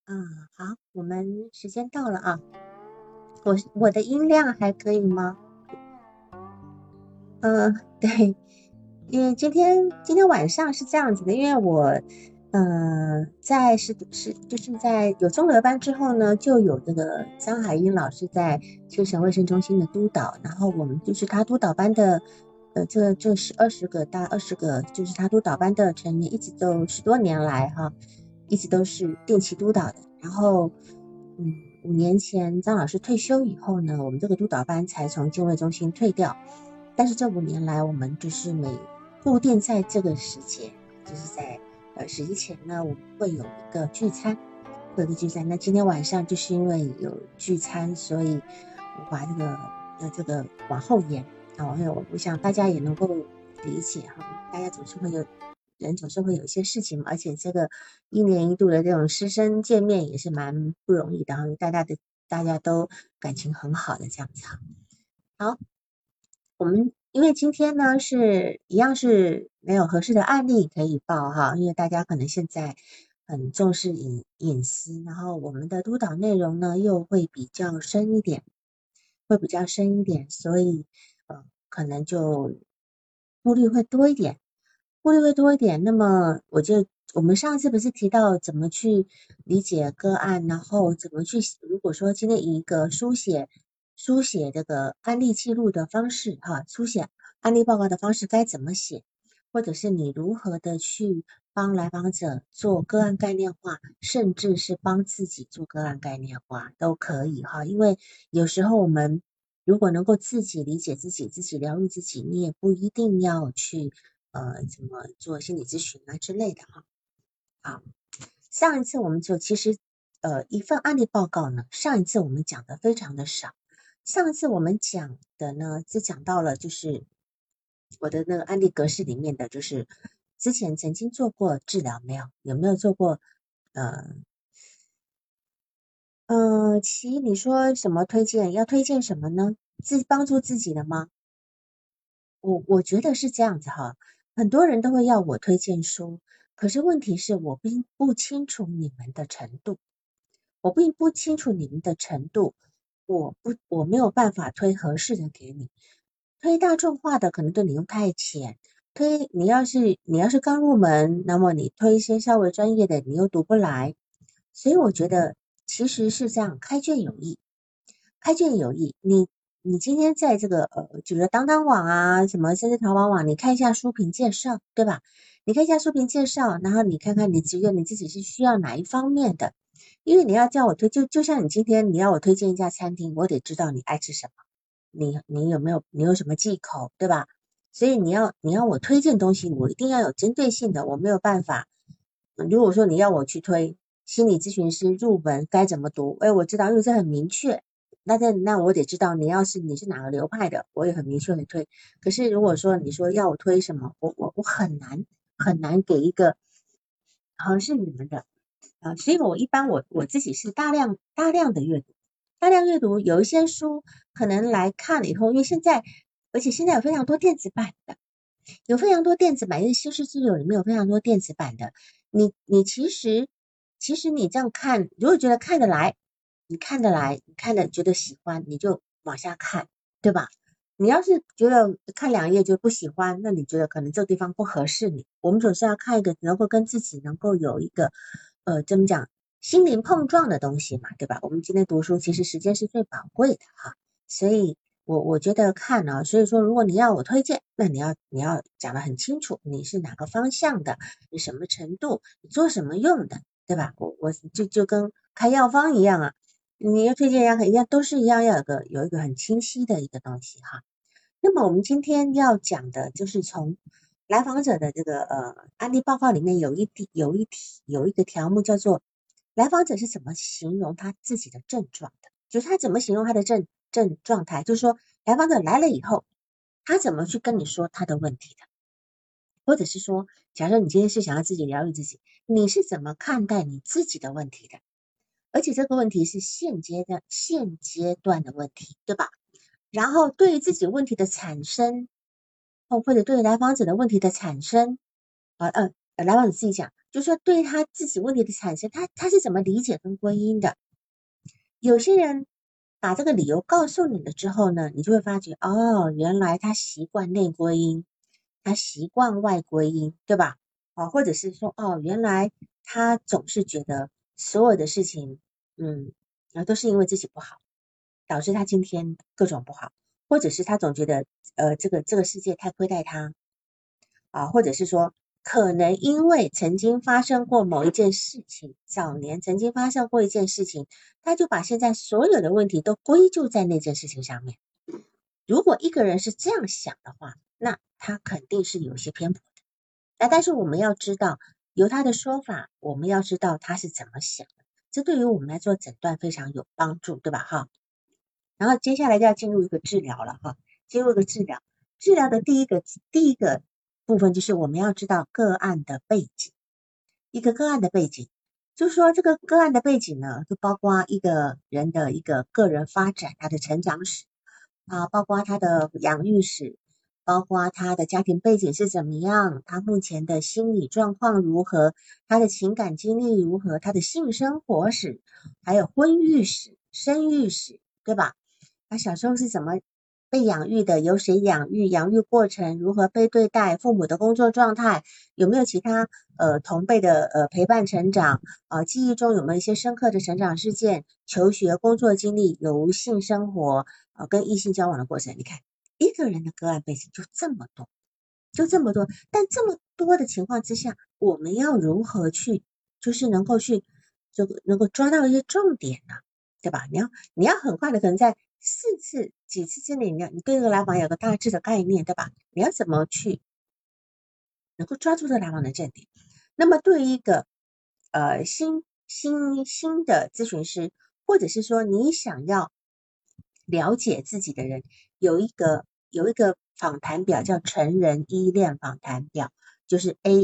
好，我们时间到了啊。我的音量还可以吗？对，因为今天晚上是这样子的，因为我在就是在有中德班之后呢，就有这个张海英老师在精神卫生中心的督导，然后我们就是他督导班的这是大概20个，就是他督导班的成员，一直都10多年来哈，一直都是定期督导的。然后5年前张老师退休以后呢，我们这个督导班才从精卫中心退掉。但是这5年来，我们就是固定在这个时节，就是在11前呢，我们会有一个聚餐，那今天晚上就是因为有聚餐，所以我把这个往后延啊，因为我想大家也能够理解哈，大家总是会有一些事情嘛，而且这个1年1度的这种师生见面也是蛮不容易的哈，大家都感情很好的这样子哈。好，我们因为今天呢是一样是没有合适的案例可以报哈，因为大家可能现在很重视隐私，然后我们的督导内容呢又会比较深一点，所以可能就顾虑会多一点，那么我们上次不是提到怎么去理解个案，然后怎么去，如果说今天以一个书写这个案例记录的方式哈，书写案例报告的方式该怎么写，或者是你如何的去帮来访者做个案概念化，甚至是帮自己做个案概念化都可以哈，因为有时候我们如果能够自己理解自己，自己疗愈自己，你也不一定要去怎么做心理咨询啊之类的哈。好，上一次我们其实一份案例报告呢，上一次我们讲的非常的少，上一次我们讲的呢，只讲到了就是我的那个案例格式里面的，就是之前曾经做过治疗没有？有没有做过？呃其你说什么推荐？要推荐什么呢？帮助自己的吗？我觉得是这样子哈，很多人都会要我推荐书，可是问题是我并不清楚你们的程度，我没有办法推合适的给你，推大众化的可能对你又太浅，你要是刚入门，那么你推一些稍微专业的，你又读不来，所以我觉得其实是这样，开卷有益。开卷有益，你今天在这个比如说当当网啊，什么甚至淘宝网，你看一下书评介绍，对吧？你看一下书评介绍，然后你看看你觉得你自己是需要哪一方面的，因为你要叫我就像你今天你要我推荐一家餐厅，我得知道你爱吃什么，你有什么忌口，对吧？所以你要我推荐东西，我一定要有针对性的，我没有办法。如果说你要我去推心理咨询师入门该怎么读，我知道，因为这很明确。那我得知道你是哪个流派的，我也很明确的推。可是如果说你说要我推什么，我很难给一个好像是你们的所以我一般我自己是大量的阅读，大量阅读有一些书可能来看了以后，因为而且现在有非常多电子版的。有非常多电子版，因为新式自由里面有非常多电子版的。你其实你这样看，如果觉得看得来，你看的觉得喜欢，你就往下看，对吧？你要是觉得看2页就不喜欢，那你觉得可能这个地方不合适你。我们总是要看一个能够跟自己能够有一个怎么讲心灵碰撞的东西嘛，对吧？我们今天读书其实时间是最宝贵的哈，所以我觉得看啊，所以说如果你要我推荐，那你要讲得很清楚，你是哪个方向的，你什么程度，你做什么用的，对吧？我就跟开药方一样啊，你要推荐一样都是一样，要有一个很清晰的一个东西哈。那么我们今天要讲的就是从来访者的这个案例报告里面有一个条目叫做来访者是怎么形容他自己的症状的，就是他怎么形容他的症状态，就是说来访者来了以后，他怎么去跟你说他的问题的，或者是说，假设你今天是想要自己疗愈自己，你是怎么看待你自己的问题的？而且这个问题是现阶段的问题，对吧？然后对于自己问题的产生，或者对于来访者的问题的产生，来访者自己讲， 就是说对他自己问题的产生，他是怎么理解跟归因的。有些人把这个理由告诉你了之后呢，你就会发觉，哦，原来他习惯内归因，他习惯外归因，对吧？或者是说，哦，原来他总是觉得所有的事情，都是因为自己不好，导致他今天各种不好，或者是他总觉得，这个世界太亏待他，或者是说，可能因为曾经发生过某一件事情，早年曾经发生过一件事情，他就把现在所有的问题都归咎在那件事情上面。如果一个人是这样想的话，那他肯定是有些偏颇的。但是我们要知道，由他的说法，我们要知道他是怎么想的，这对于我们来做诊断非常有帮助，对吧？然后接下来就要进入一个治疗了进入一个治疗。治疗的第一个部分就是我们要知道个案的背景，一个个案的背景，就是说这个个案的背景呢，就包括一个人的一个个人发展，他的成长史包括他的养育史，包括他的家庭背景是怎么样，他目前的心理状况如何，他的情感经历如何，他的性生活史，还有婚育史、生育史，对吧？他小时候是怎么被养育的？由谁养育？养育过程如何被对待？父母的工作状态有没有其他同辈的陪伴成长记忆中有没有一些深刻的成长事件？求学、工作经历、有无性生活跟异性交往的过程？你看一个人的个案背景就这么多，但这么多的情况之下，我们要如何去，就是能够去能够抓到一些重点呢？对吧？你要很快的，可能在几次之内，你对这个来访有个大致的概念，对吧？你要怎么去能够抓住这个来访的重点？那么对于一个新的咨询师，或者是说你想要了解自己的人，有一个访谈表叫成人依恋访谈表，就是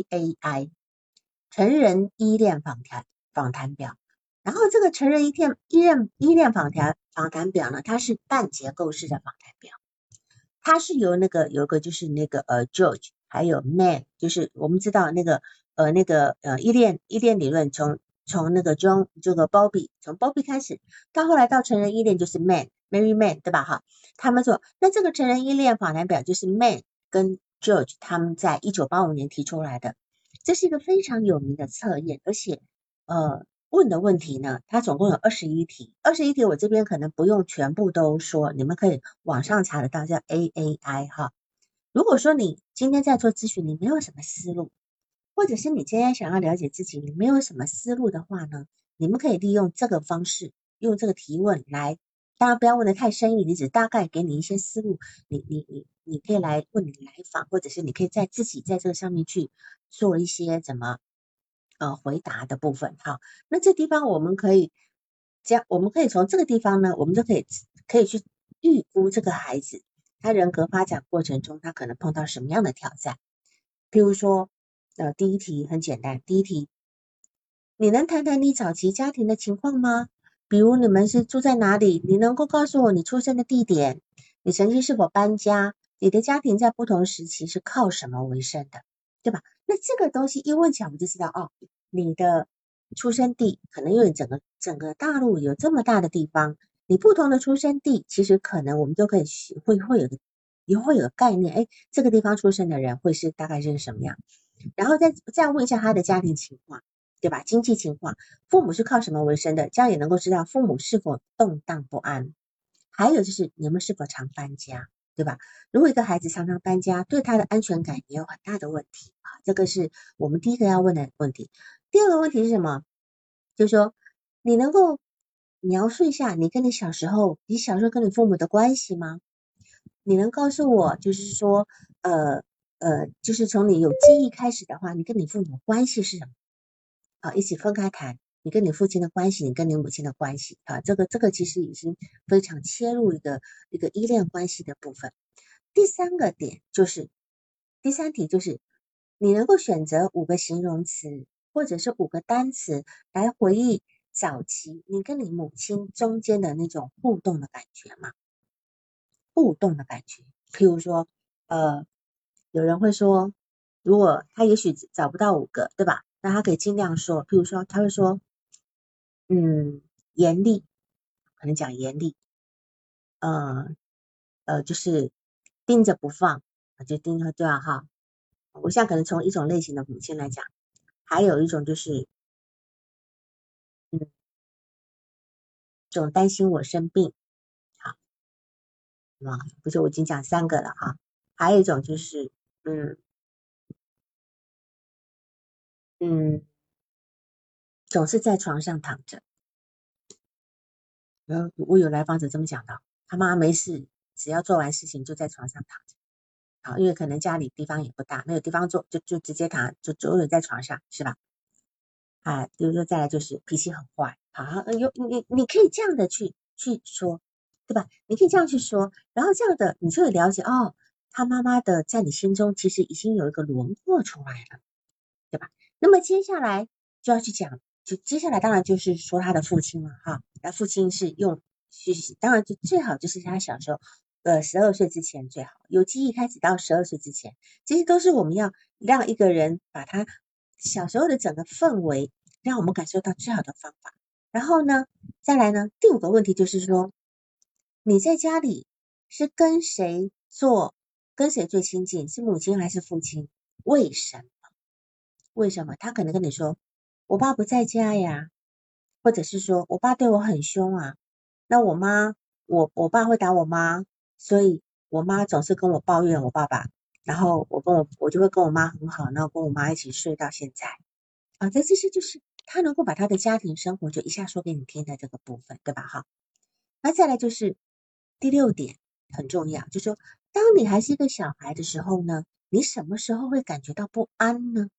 AAI 成人依恋访谈表。然后这个成人依恋访谈表呢，它是半结构式的访谈表，它是由有个就是George 还有 Man， 就是我们知道依恋理论从那个 John 这个 Bowlby 从 Bowlby 开始，到后来到成人依恋就是 Mary Man 对吧他们说那这个成人依恋访谈表就是 Man 跟 George 他们在1985年提出来的，这是一个非常有名的测验，而且问的问题呢，它总共有21题，21题我这边可能不用全部都说，你们可以网上查得到，叫 AAI 如果说你今天在做咨询，你没有什么思路，或者是你今天想要了解自己，你没有什么思路的话呢，你们可以利用这个方式，用这个提问来，当然不要问得太深意，你只大概给你一些思路，你可以来问你来访，或者是你可以自己在这个上面去做一些回答的部分那这地方我们可以从这个地方呢，我们就可以去预估这个孩子他人格发展过程中他可能碰到什么样的挑战。譬如说第一题很简单，第一题你能谈谈你早期家庭的情况吗？比如你们是住在哪里？你能够告诉我你出生的地点？你曾经是否搬家？你的家庭在不同时期是靠什么为生的？对吧？那这个东西一问起来，我们就知道你的出生地可能因为整个大陆有这么大的地方，你不同的出生地，其实可能我们都可以会有个概念，这个地方出生的人大概是什么样？然后再问一下他的家庭情况，对吧？经济情况，父母是靠什么为生的？这样也能够知道父母是否动荡不安。还有就是你们是否常搬家，对吧？如果一个孩子常常搬家，对他的安全感也有很大的问题这个是我们第一个要问的问题。第二个问题是什么？就是说你能够描述一下你小时候跟你父母的关系吗？你能告诉我，就是说就是从你有记忆开始的话，你跟你父母关系是什么一起分开谈你跟你父亲的关系，你跟你母亲的关系这个其实已经非常切入一个依恋关系的部分。第三题就是你能够选择5个形容词或者是5个单词来回忆早期你跟你母亲中间的那种互动的感觉吗？互动的感觉，譬如说有人会说，如果他也许找不到5个，对吧？ 那他可以尽量说，譬如说他会说，严厉，可能讲严厉，呃就是盯着不放，就盯着对啊哈。我现在可能从一种类型的母亲来讲，还有一种就是，嗯，总担心我生病，好，不是我已经讲3个了哈，还有一种就是，嗯嗯，总是在床上躺着。然后我有来访者这么讲的，他妈没事，只要做完事情就在床上躺着，好，因为可能家里地方也不大，没有地方坐，就直接躺，就久远在床上，是吧？啊，比如说再来就是脾气很坏，好，你可以这样的去说，对吧？你可以这样去说，然后这样的你就会了解哦，他妈妈的在你心中其实已经有一个轮廓出来了，对吧？那么接下来就要去讲，就接下来当然就是说他的父亲了哈，那父亲是用学习，当然就最好就是他小时候。12岁之前最好有记忆，开始到12岁之前，这些都是我们要让一个人把他小时候的整个氛围，让我们感受到最好的方法。然后呢，再来呢，第5个问题就是说，你在家里是跟谁最亲近？是母亲还是父亲？为什么？为什么？他可能跟你说，我爸不在家呀，或者是说我爸对我很凶啊，那我爸会打我妈，所以我妈总是跟我抱怨我爸爸，然后我就会跟我妈很好，然后跟我妈一起睡到现在啊，这些就是他能够把他的家庭生活就一下说给你听的这个部分，对吧？哈，那再来就是第6点很重要，就是说当你还是一个小孩的时候呢，你什么时候会感觉到不安呢？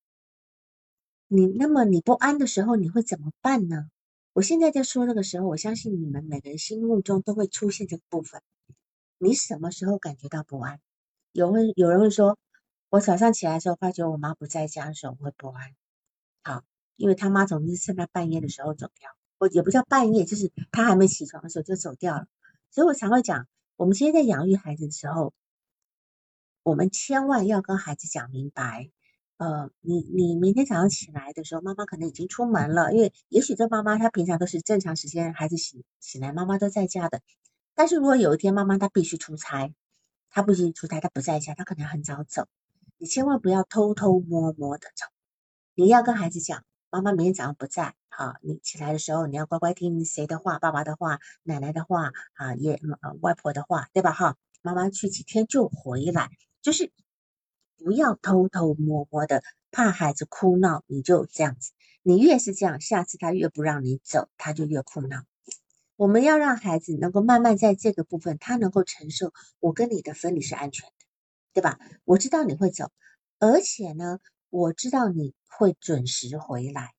那么你不安的时候，你会怎么办呢？我现在在说那个时候，我相信你们每个人心目中都会出现这个部分。你什么时候感觉到不安？有人会说，我早上起来的时候发觉我妈不在家的时候，我会不安。好，因为他妈总是趁他半夜的时候走掉，或也不叫半夜，就是他还没起床的时候就走掉了。所以我常会讲，我们现在在养育孩子的时候，我们千万要跟孩子讲明白，你明天早上起来的时候，妈妈可能已经出门了，因为也许这妈妈她平常都是正常时间，孩子醒来，妈妈都在家的。但是如果有一天妈妈她必须出差，她不须出差，她不在家，她可能很早走，你千万不要偷偷摸摸的走，你要跟孩子讲，妈妈明天早上不在，好，你起来的时候你要乖乖听谁的话，爸爸的话，奶奶的话啊，外婆的话，对吧？哈，妈妈去几天就回来。就是不要偷偷摸摸的，怕孩子哭闹，你就这样子。你越是这样，下次他越不让你走，他就越哭闹。我们要让孩子能够慢慢在这个部分，他能够承受我跟你的分离是安全的，对吧？我知道你会走，而且呢，我知道你会准时回来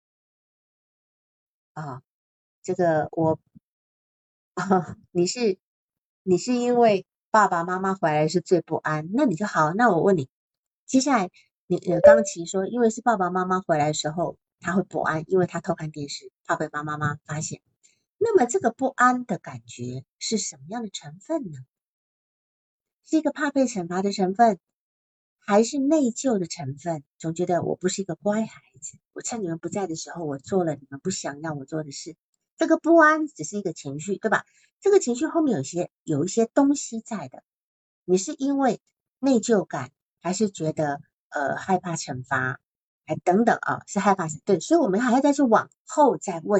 啊。这个我你是因为爸爸妈妈回来是最不安，那你就好。那我问你，接下来你刚刚其实说，因为是爸爸妈妈回来的时候他会不安，因为他偷看电视，怕被妈妈发现。那么这个不安的感觉是什么样的成分呢？是一个怕被惩罚的成分，还是内疚的成分？总觉得我不是一个乖孩子，我趁你们不在的时候，我做了你们不想让我做的事。这个不安只是一个情绪，对吧？这个情绪后面有一些东西在的。你是因为内疚感，还是觉得害怕惩罚，还等等啊？是害怕对，所以我们还要再去往后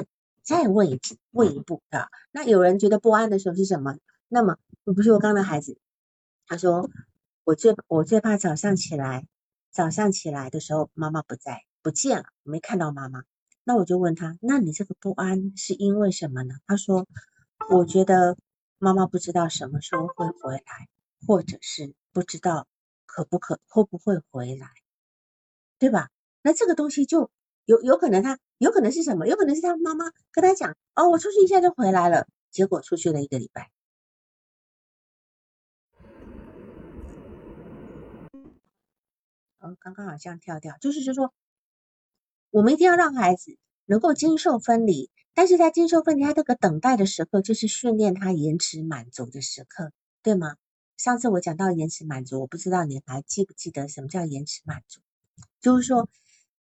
再问一步啊。那有人觉得不安的时候是什么？那么不是我刚刚的孩子，他说我最怕早上起来的时候妈妈不见了，没看到妈妈。那我就问他，那你这个不安是因为什么呢？他说，我觉得妈妈不知道什么时候会回来，或者是不知道会不会回来，对吧？那这个东西就有可能是什么？有可能是他妈妈跟他讲，哦，我出去一下就回来了，结果出去了1个礼拜。刚刚好像跳掉，就是说，我们一定要让孩子能够经受分离，但是在经受分离，他这个等待的时刻，就是训练他延迟满足的时刻，对吗？上次我讲到延迟满足，我不知道你还记不记得什么叫延迟满足？就是说，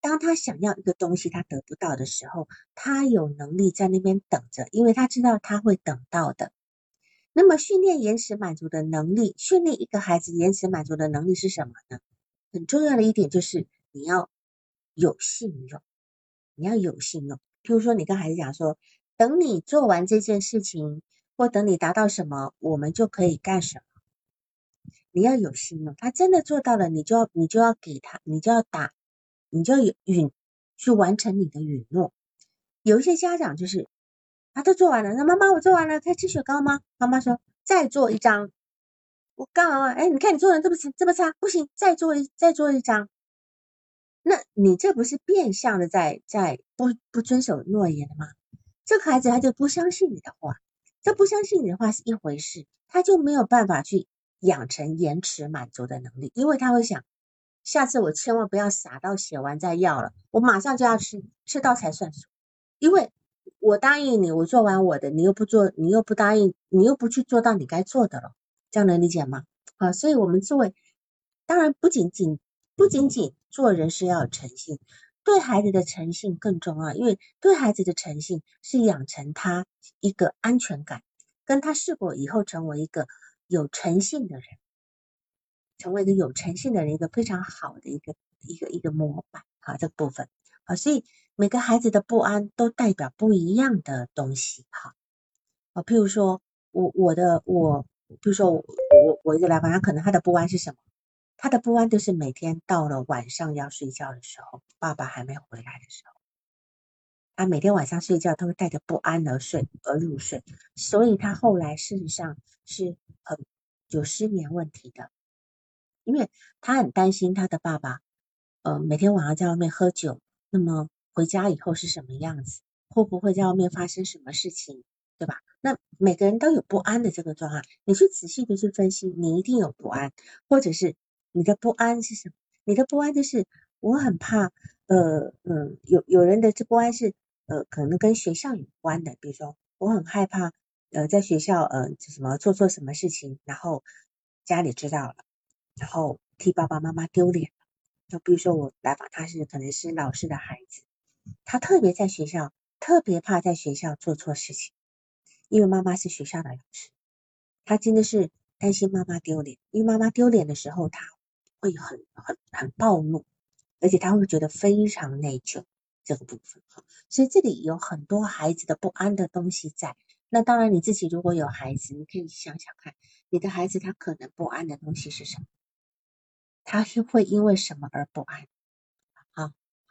当他想要一个东西他得不到的时候，他有能力在那边等着，因为他知道他会等到的。那么训练延迟满足的能力，训练一个孩子延迟满足的能力是什么呢？很重要的一点就是你要有信用，你要有信用。譬如说你跟孩子讲说，等你做完这件事情，或等你达到什么，我们就可以干什么。你要有信用，他真的做到了，你就要给他，你就要有去完成你的允诺。有一些家长就是他都做完了，那妈妈我做完了，可以吃雪糕吗？妈妈说再做一张。我干嘛？哎，你看你做的这么差，不行，再做一张。那你这不是变相的在不遵守诺言了吗？这个孩子他就不相信你的话，这不相信你的话是一回事，他就没有办法去养成延迟满足的能力，因为他会想，下次我千万不要傻到写完再要了，我马上就要吃到才算数，因为我答应你，我做完我的，你又不做，你又不答应，你又不去做到你该做的了，这样能理解吗？啊，所以我们作为，当然不仅仅做人是要有诚信，对孩子的诚信更重要，因为对孩子的诚信是养成他一个安全感，跟他是否以后成为一个有诚信的人，成为一个有诚信的人，一个非常好的一个模板啊，这个部分啊，所以每个孩子的不安都代表不一样的东西哈啊，譬如说比如说我一个来访，他可能他的不安是什么？他的不安就是每天到了晚上要睡觉的时候，爸爸还没回来的时候，他每天晚上睡觉都会带着不安而入睡，所以他后来事实上是有失眠问题的，因为他很担心他的爸爸，每天晚上在外面喝酒，那么回家以后是什么样子，会不会在外面发生什么事情，对吧？那每个人都有不安的这个状态，你去仔细的去分析，你一定有不安，或者是你的不安是什么？你的不安就是我很怕，有人的这不安是可能跟学校有关的，比如说我很害怕在学校什么做错什么事情，然后家里知道了。然后替爸爸妈妈丢脸。就比如说我来访，他可能是老师的孩子，他特别怕在学校做错事情，因为妈妈是学校的老师，他真的是担心妈妈丢脸，因为妈妈丢脸的时候，他会很暴怒，而且他会觉得非常内疚这个部分。所以这里有很多孩子的不安的东西在。那当然你自己如果有孩子，你可以想想看，你的孩子他可能不安的东西是什么？他是会因为什么而不安啊？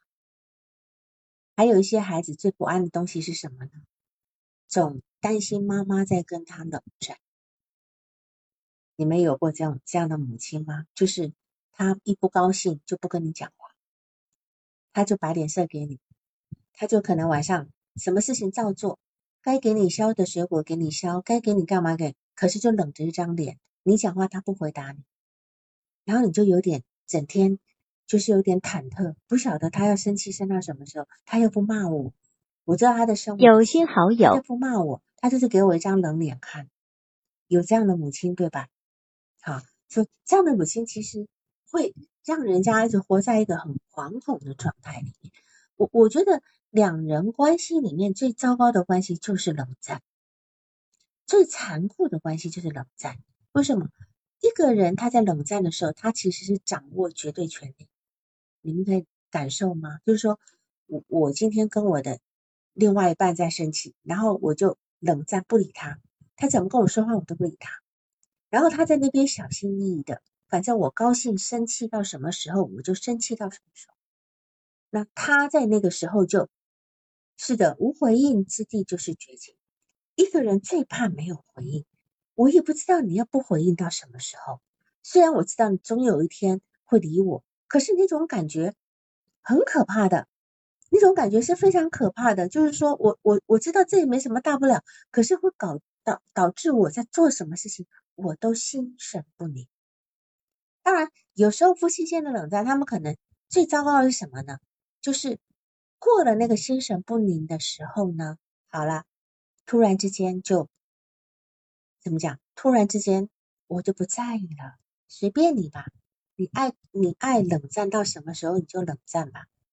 还有一些孩子最不安的东西是什么呢？总担心妈妈在跟他冷战。你们有过这样的母亲吗？就是他一不高兴就不跟你讲话，他就摆脸色给你，他就可能晚上什么事情照做，该给你削的水果给你削，该给你干嘛可是就冷着一张脸，你讲话他不回答你，然后你就有点整天就是有点忐忑，不晓得他要生气生到什么时候，他又不骂我，我知道他的生活， 有心好他就友， 不骂我，他就是给我一张冷脸看，有这样的母亲对吧？好，所以这样的母亲其实会让人家一直活在一个很惶恐的状态里面。我觉得两人关系里面最糟糕的关系就是冷战，最残酷的关系就是冷战。为什么？一个人他在冷战的时候，他其实是掌握绝对权力。你们可以感受吗？就是说我今天跟我的另外一半在生气，然后我就冷战不理他，他怎么跟我说话我都不理他，然后他在那边小心翼翼的，反正我高兴生气到什么时候我就生气到什么时候。那他在那个时候是的，无回应之地就是绝境。一个人最怕没有回应，我也不知道你要不回应到什么时候。虽然我知道你总有一天会理我，可是那种感觉很可怕的，那种感觉是非常可怕的。就是说我知道这也没什么大不了，可是会导致我在做什么事情我都心神不宁。当然，有时候夫妻间的冷战，他们可能最糟糕的是什么呢？就是过了那个心神不宁的时候呢，好了，突然之间就怎么讲？突然之间我就不在意了，随便你吧，你爱冷战到什么时候你就冷战吧。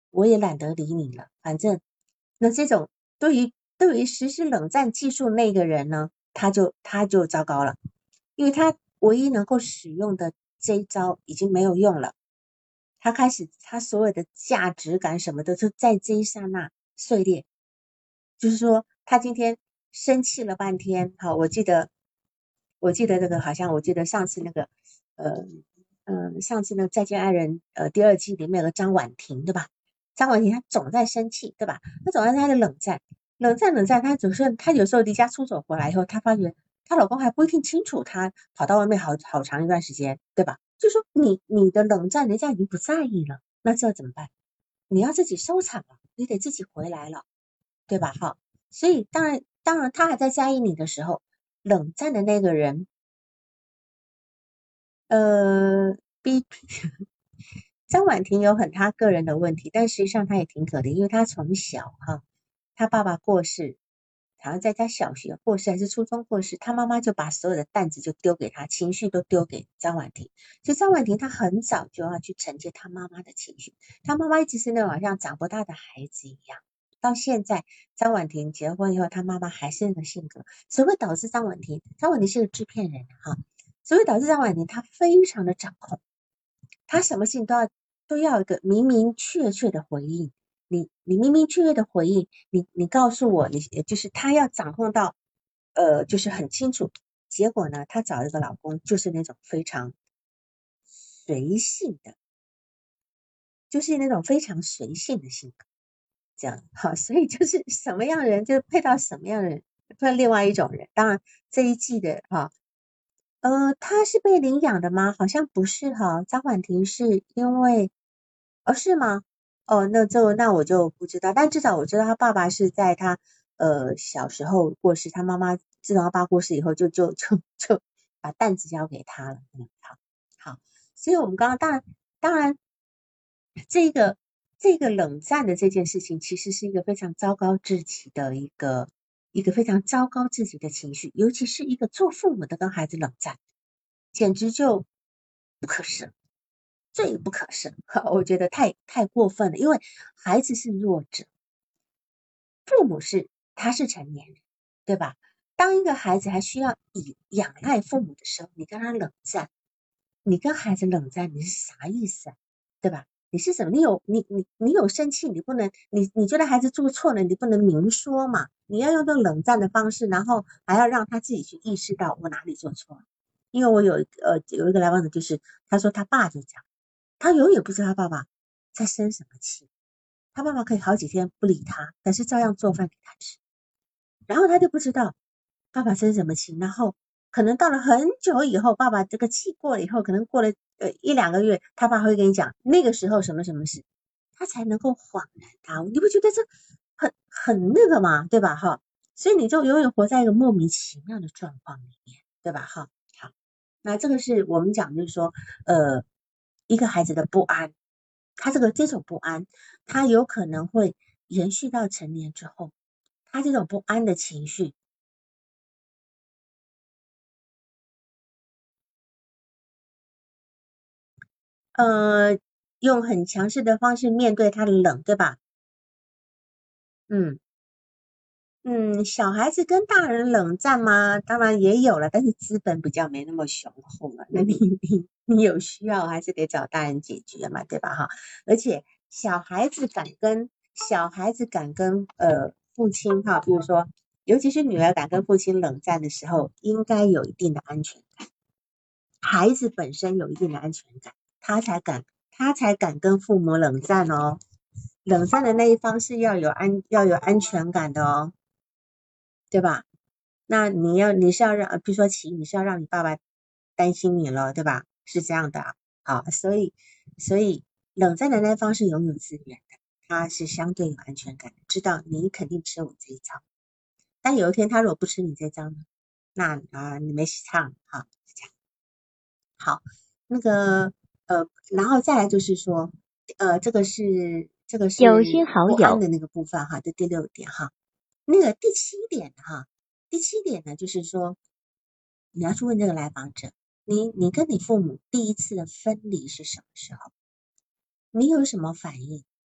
我也懒得理你了，反正那这种对于实施冷战技术那个人呢，他就糟糕了，因为他唯一能够使用的这一招已经没有用了，他开始他所有的价值感什么的就在这一刹那碎裂，就是说他今天生气了半天，好，我记得这个好像我记得上次那个呃上次那个再见爱人第二季里面有个张婉婷对吧？张婉婷她总在生气对吧？她总在她的冷战，她有时候离家出走回来以后，她发觉她老公还不一定清楚她跑到外面好长一段时间对吧？就说你的冷战人家已经不在意了，那这怎么办？你要自己收场了，你得自己回来了，对吧？哈，所以当然他还在在意你的时候，冷战的那个人逼张婉婷有他个人的问题，但实际上他也挺可怜，因为他从小他爸爸过世，好像在他小学过世还是初中过世，他妈妈就把所有的担子就丢给他，情绪都丢给张婉婷。所以张婉婷她很早就要去承接他妈妈的情绪，他妈妈一直是那种好像长不大的孩子一样。到现在，张婉婷结婚以后，他妈妈还是那个性格，所以会导致张婉婷是个制片人所以导致张婉婷她非常的掌控。他什么事情都要一个明明确确的回应，你明明确确的回应，你告诉我，你就是他要掌控到就是很清楚。结果呢，她找一个老公就是那种非常随性的，就是那种非常随性的性格，这样好，所以就是什么样的人就配到什么样的人，配另外一种人。当然这一季的他是被领养的吗？好像不是张婉婷是因为是吗？那我就不知道，但至少我知道他爸爸是在他小时候过世，他妈妈自从他爸过世以后就把担子交给他了。好，所以我们刚刚当然这个冷战的这件事情，其实是一个非常糟糕至极的一个非常糟糕至极的情绪，尤其是一个做父母的跟孩子冷战，简直就不可思议，最不可思议，我觉得太过分了，因为孩子是弱者，父母他是成年人，对吧？当一个孩子还需要仰赖父母的时候，你跟他冷战，你跟孩子冷战，你是啥意思啊？对吧？你是什么？你有生气，你不能你觉得孩子做错了，你不能明说嘛？你要用这种冷战的方式，然后还要让他自己去意识到我哪里做错了。因为我有一个来访者，就是他说他爸就这样，他永远不知道他爸爸在生什么气，他爸爸可以好几天不理他，但是照样做饭给他吃。然后他就不知道爸爸生什么气，然后可能到了很久以后，爸爸这个气过了以后，可能过了一两个月，他爸会跟你讲那个时候什么什么事，他才能够恍然大悟。你不觉得这很那个吗？对吧？所以你就永远活在一个莫名其妙的状况里面，对吧？好，那这个是我们讲，就是说一个孩子的不安，他这种不安，他有可能会延续到成年之后，他这种不安的情绪。呃，用很强势的方式面对他的冷，对吧？嗯小孩子跟大人冷战吗？当然也有了，但是资本比较没那么雄厚了。那你有需要还是得找大人解决嘛，对吧？而且小孩子敢跟父亲比如说，尤其是女儿敢跟父亲冷战的时候，应该有一定的安全感。孩子本身有一定的安全感，他才敢跟父母冷战哦。冷战的那一方是要有安全感的哦，对吧？那你是要让，比如说你是要让你爸爸担心你了，对吧？是这样的所以冷战的那一方是拥有资源的，他是相对有安全感的，知道你肯定吃我这一招。但有一天他如果不吃你这招呢，那你没戏唱是这样。好，那个然后再来就是说，这个是有心好友， 不安的那个部分这第六点那个第七点呢，就是说你要去问这个来访者，你跟你父母第一次的分离是什么时候？你有什么反应？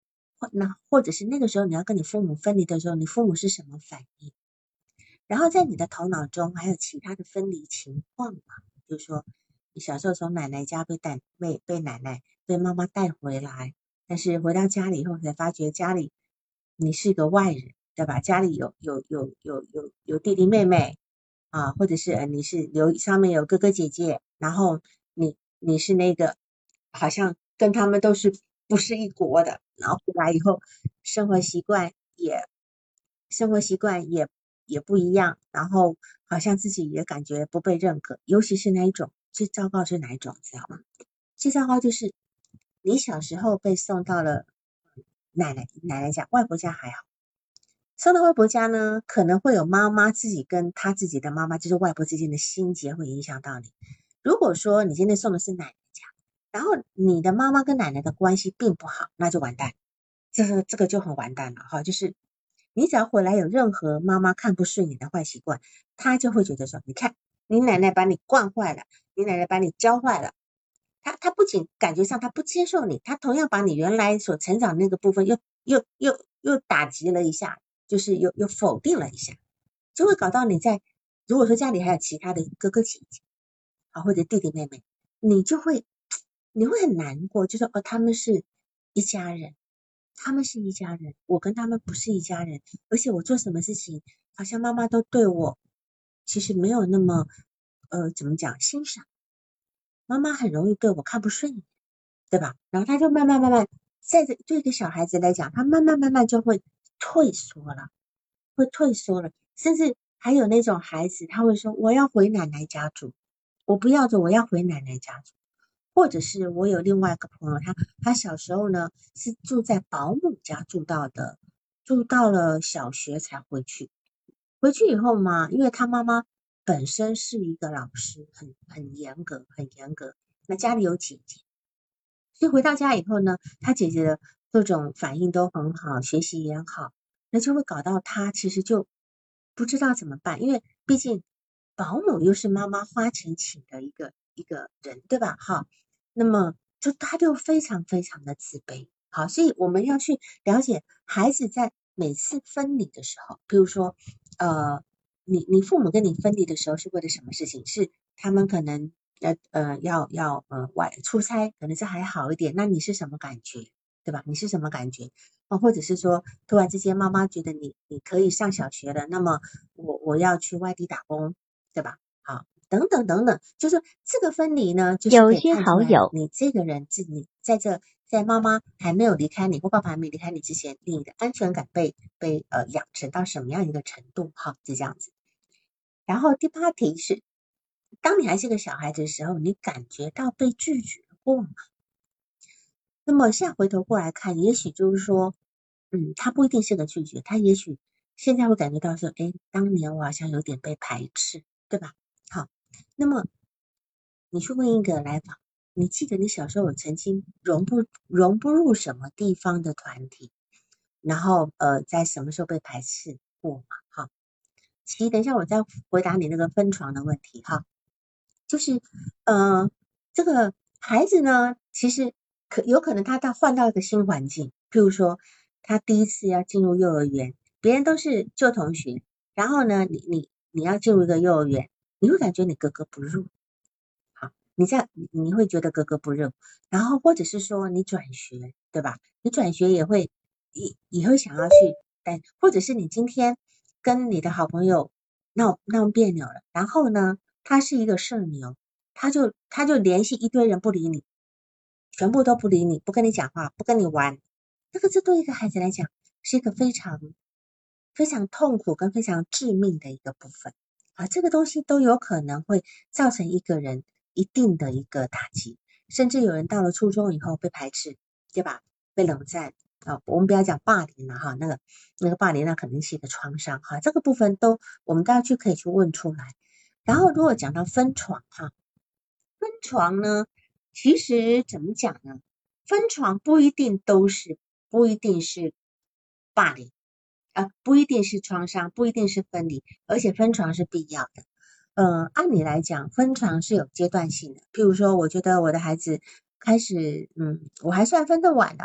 或者是那个时候你要跟你父母分离的时候，你父母是什么反应？然后在你的头脑中还有其他的分离情况嘛？比如说你小时候从奶奶家被奶奶被妈妈带回来，但是回到家里以后才发觉家里你是个外人，对吧？家里有弟弟妹妹啊，或者是你是上面有哥哥姐姐，然后你是那个好像跟他们都是不是一国的，然后回来以后生活习惯也生活习惯也不一样，然后好像自己也感觉不被认可，尤其是那一种最糟糕是哪一种，知道吗？最糟糕就是你小时候被送到了奶奶家，外婆家还好，送到外婆家呢，可能会有妈妈自己跟她自己的妈妈，就是外婆之间的心结会影响到你。如果说你今天送的是奶奶家，然后你的妈妈跟奶奶的关系并不好，那就完蛋，这个就很完蛋了哈，就是你只要回来有任何妈妈看不顺眼的坏习惯，她就会觉得说，你看你奶奶把你惯坏了，你奶奶把你教坏了。他不仅感觉上他不接受你，他同样把你原来所成长那个部分又打击了一下，就是又否定了一下，就会搞到你在如果说家里还有其他的哥哥姐姐啊或者弟弟妹妹，你会很难过，就说他们是一家人，他们是一家人，我跟他们不是一家人，而且我做什么事情好像妈妈都对我其实没有那么怎么讲欣赏，妈妈很容易对我看不顺眼。对吧？然后他就慢慢，对一个小孩子来讲，他慢慢就会退缩了，甚至还有那种孩子，他会说我要回奶奶家住，我不要走，我要回奶奶家住。或者是我有另外一个朋友，他小时候呢是住在保姆家住到的，住到了小学才回去。回去以后嘛，因为他妈妈本身是一个老师，很严格，很严格。那家里有姐姐。所以回到家以后呢，他姐姐的各种反应都很好，学习也好，那就会搞到他其实就不知道怎么办，因为毕竟保姆又是妈妈花钱请的一个人，对吧？哈，那么他就非常的自卑。好，所以我们要去了解孩子在每次分离的时候，比如说你父母跟你分离的时候是为了什么事情？是他们可能要外出差，可能是还好一点。那你是什么感觉，对吧？你是什么感觉？或者是说，突然之间妈妈觉得你可以上小学了，那么我要去外地打工，对吧？好，等等等等，就是这个分离呢，就是可以有些看出来好友， 你这个人你在妈妈还没有离开你或爸爸还没离开你之前，你的安全感被养成到什么样一个程度？哈，是这样子。然后第八题是，当你还是个小孩子的时候，你感觉到被拒绝过吗？那么现在回头过来看，也许就是说，他不一定是个拒绝，他也许现在会感觉到说，当年我好像有点被排斥，对吧？好，那么你去问一个来访，你记得你小时候有曾经融不入什么地方的团体，然后在什么时候被排斥过吗？好，其实等一下我再回答你那个分床的问题哈。就是这个孩子呢，其实有可能他换到一个新环境，譬如说他第一次要进入幼儿园，别人都是旧同学，然后呢，你要进入一个幼儿园，你会感觉你格格不入，好，你会觉得格格不入，然后或者是说你转学，对吧？你转学也会想要去，或者是你今天跟你的好朋友闹别扭了，然后呢？他是一个社牛，他就联系一堆人不理你，全部都不理你，不跟你讲话，不跟你玩。这对一个孩子来讲是一个非常痛苦跟非常致命的一个部分啊，这个东西都有可能会造成一个人一定的一个打击，甚至有人到了初中以后被排斥，对吧？被冷战啊，我们不要讲霸凌了哈，那个霸凌那肯定是一个创伤哈，这个部分我们都要可以去问出来。然后如果讲到分床哈，分床呢，其实怎么讲呢？分床不一定是霸凌不一定是创伤，不一定是分离，而且分床是必要的。按理来讲，分床是有阶段性的。譬如说，我觉得我的孩子开始，我还算分得晚的哈，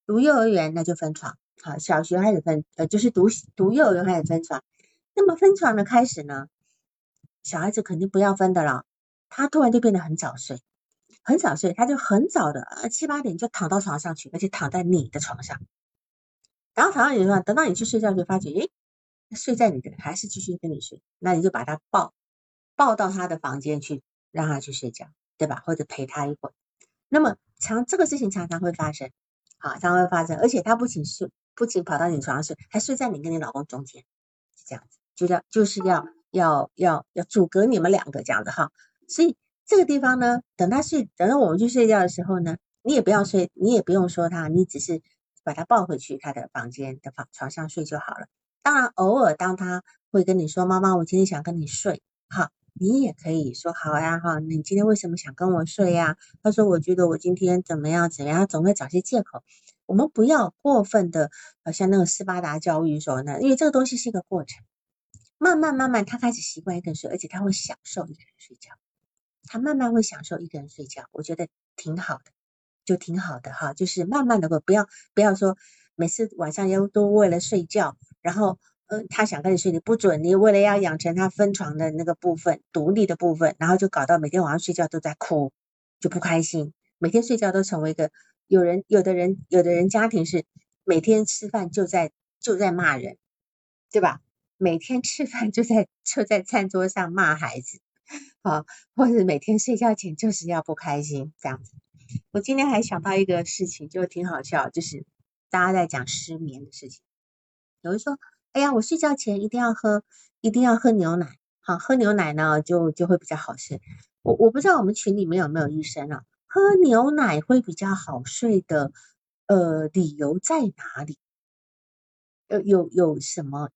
读幼儿园那就分床，好，小学开始分，就是读幼儿园开始分床。那么分床的开始呢，小孩子肯定不要分的了，他突然就变得很早睡，很早睡，他就很早的7、8点就躺到床上去，而且躺在你的床上，然后躺到你的床上，等到你去睡觉就发觉，诶，睡在你的还是继续跟你睡，那你就把他抱到他的房间去，让他去睡觉，对吧？或者陪他一会儿。那么这个事情常常会发生，好，常常会发生，而且他不仅跑到你床上睡，还睡在你跟你老公中间，是这样子，就是要阻隔你们两个这样子哈。所以这个地方呢，等到我们去睡觉的时候呢，你也不要睡，你也不用说他，你只是把他抱回去他的房间的床上睡就好了。当然，偶尔当他会跟你说：“妈妈，我今天想跟你睡。”好，你也可以说：“好呀，哈，你今天为什么想跟我睡呀？”他说：“我觉得我今天怎么样怎么样。”他总会找些借口。我们不要过分的，像那个斯巴达教育说呢，因为这个东西是一个过程，慢慢，他开始习惯一个人睡，而且他会享受一个人睡觉。他慢慢会享受一个人睡觉，我觉得挺好的，就挺好的哈。就是慢慢的，不要说每次晚上都为了睡觉，然后他想跟你睡，你不准，你为了要养成他分床的那个部分，独立的部分，然后就搞到每天晚上睡觉都在哭，就不开心，每天睡觉都成为一个有的人家庭是每天吃饭就在骂人，对吧？每天吃饭就在餐桌上骂孩子。好，或者每天睡觉前就是要不开心这样子。我今天还想到一个事情，就挺好笑，就是大家在讲失眠的事情。有人说，哎呀，我睡觉前一定要喝牛奶，好，喝牛奶呢就会比较好睡。我不知道我们群里面有没有医生啊，喝牛奶会比较好睡的，理由在哪里？有什么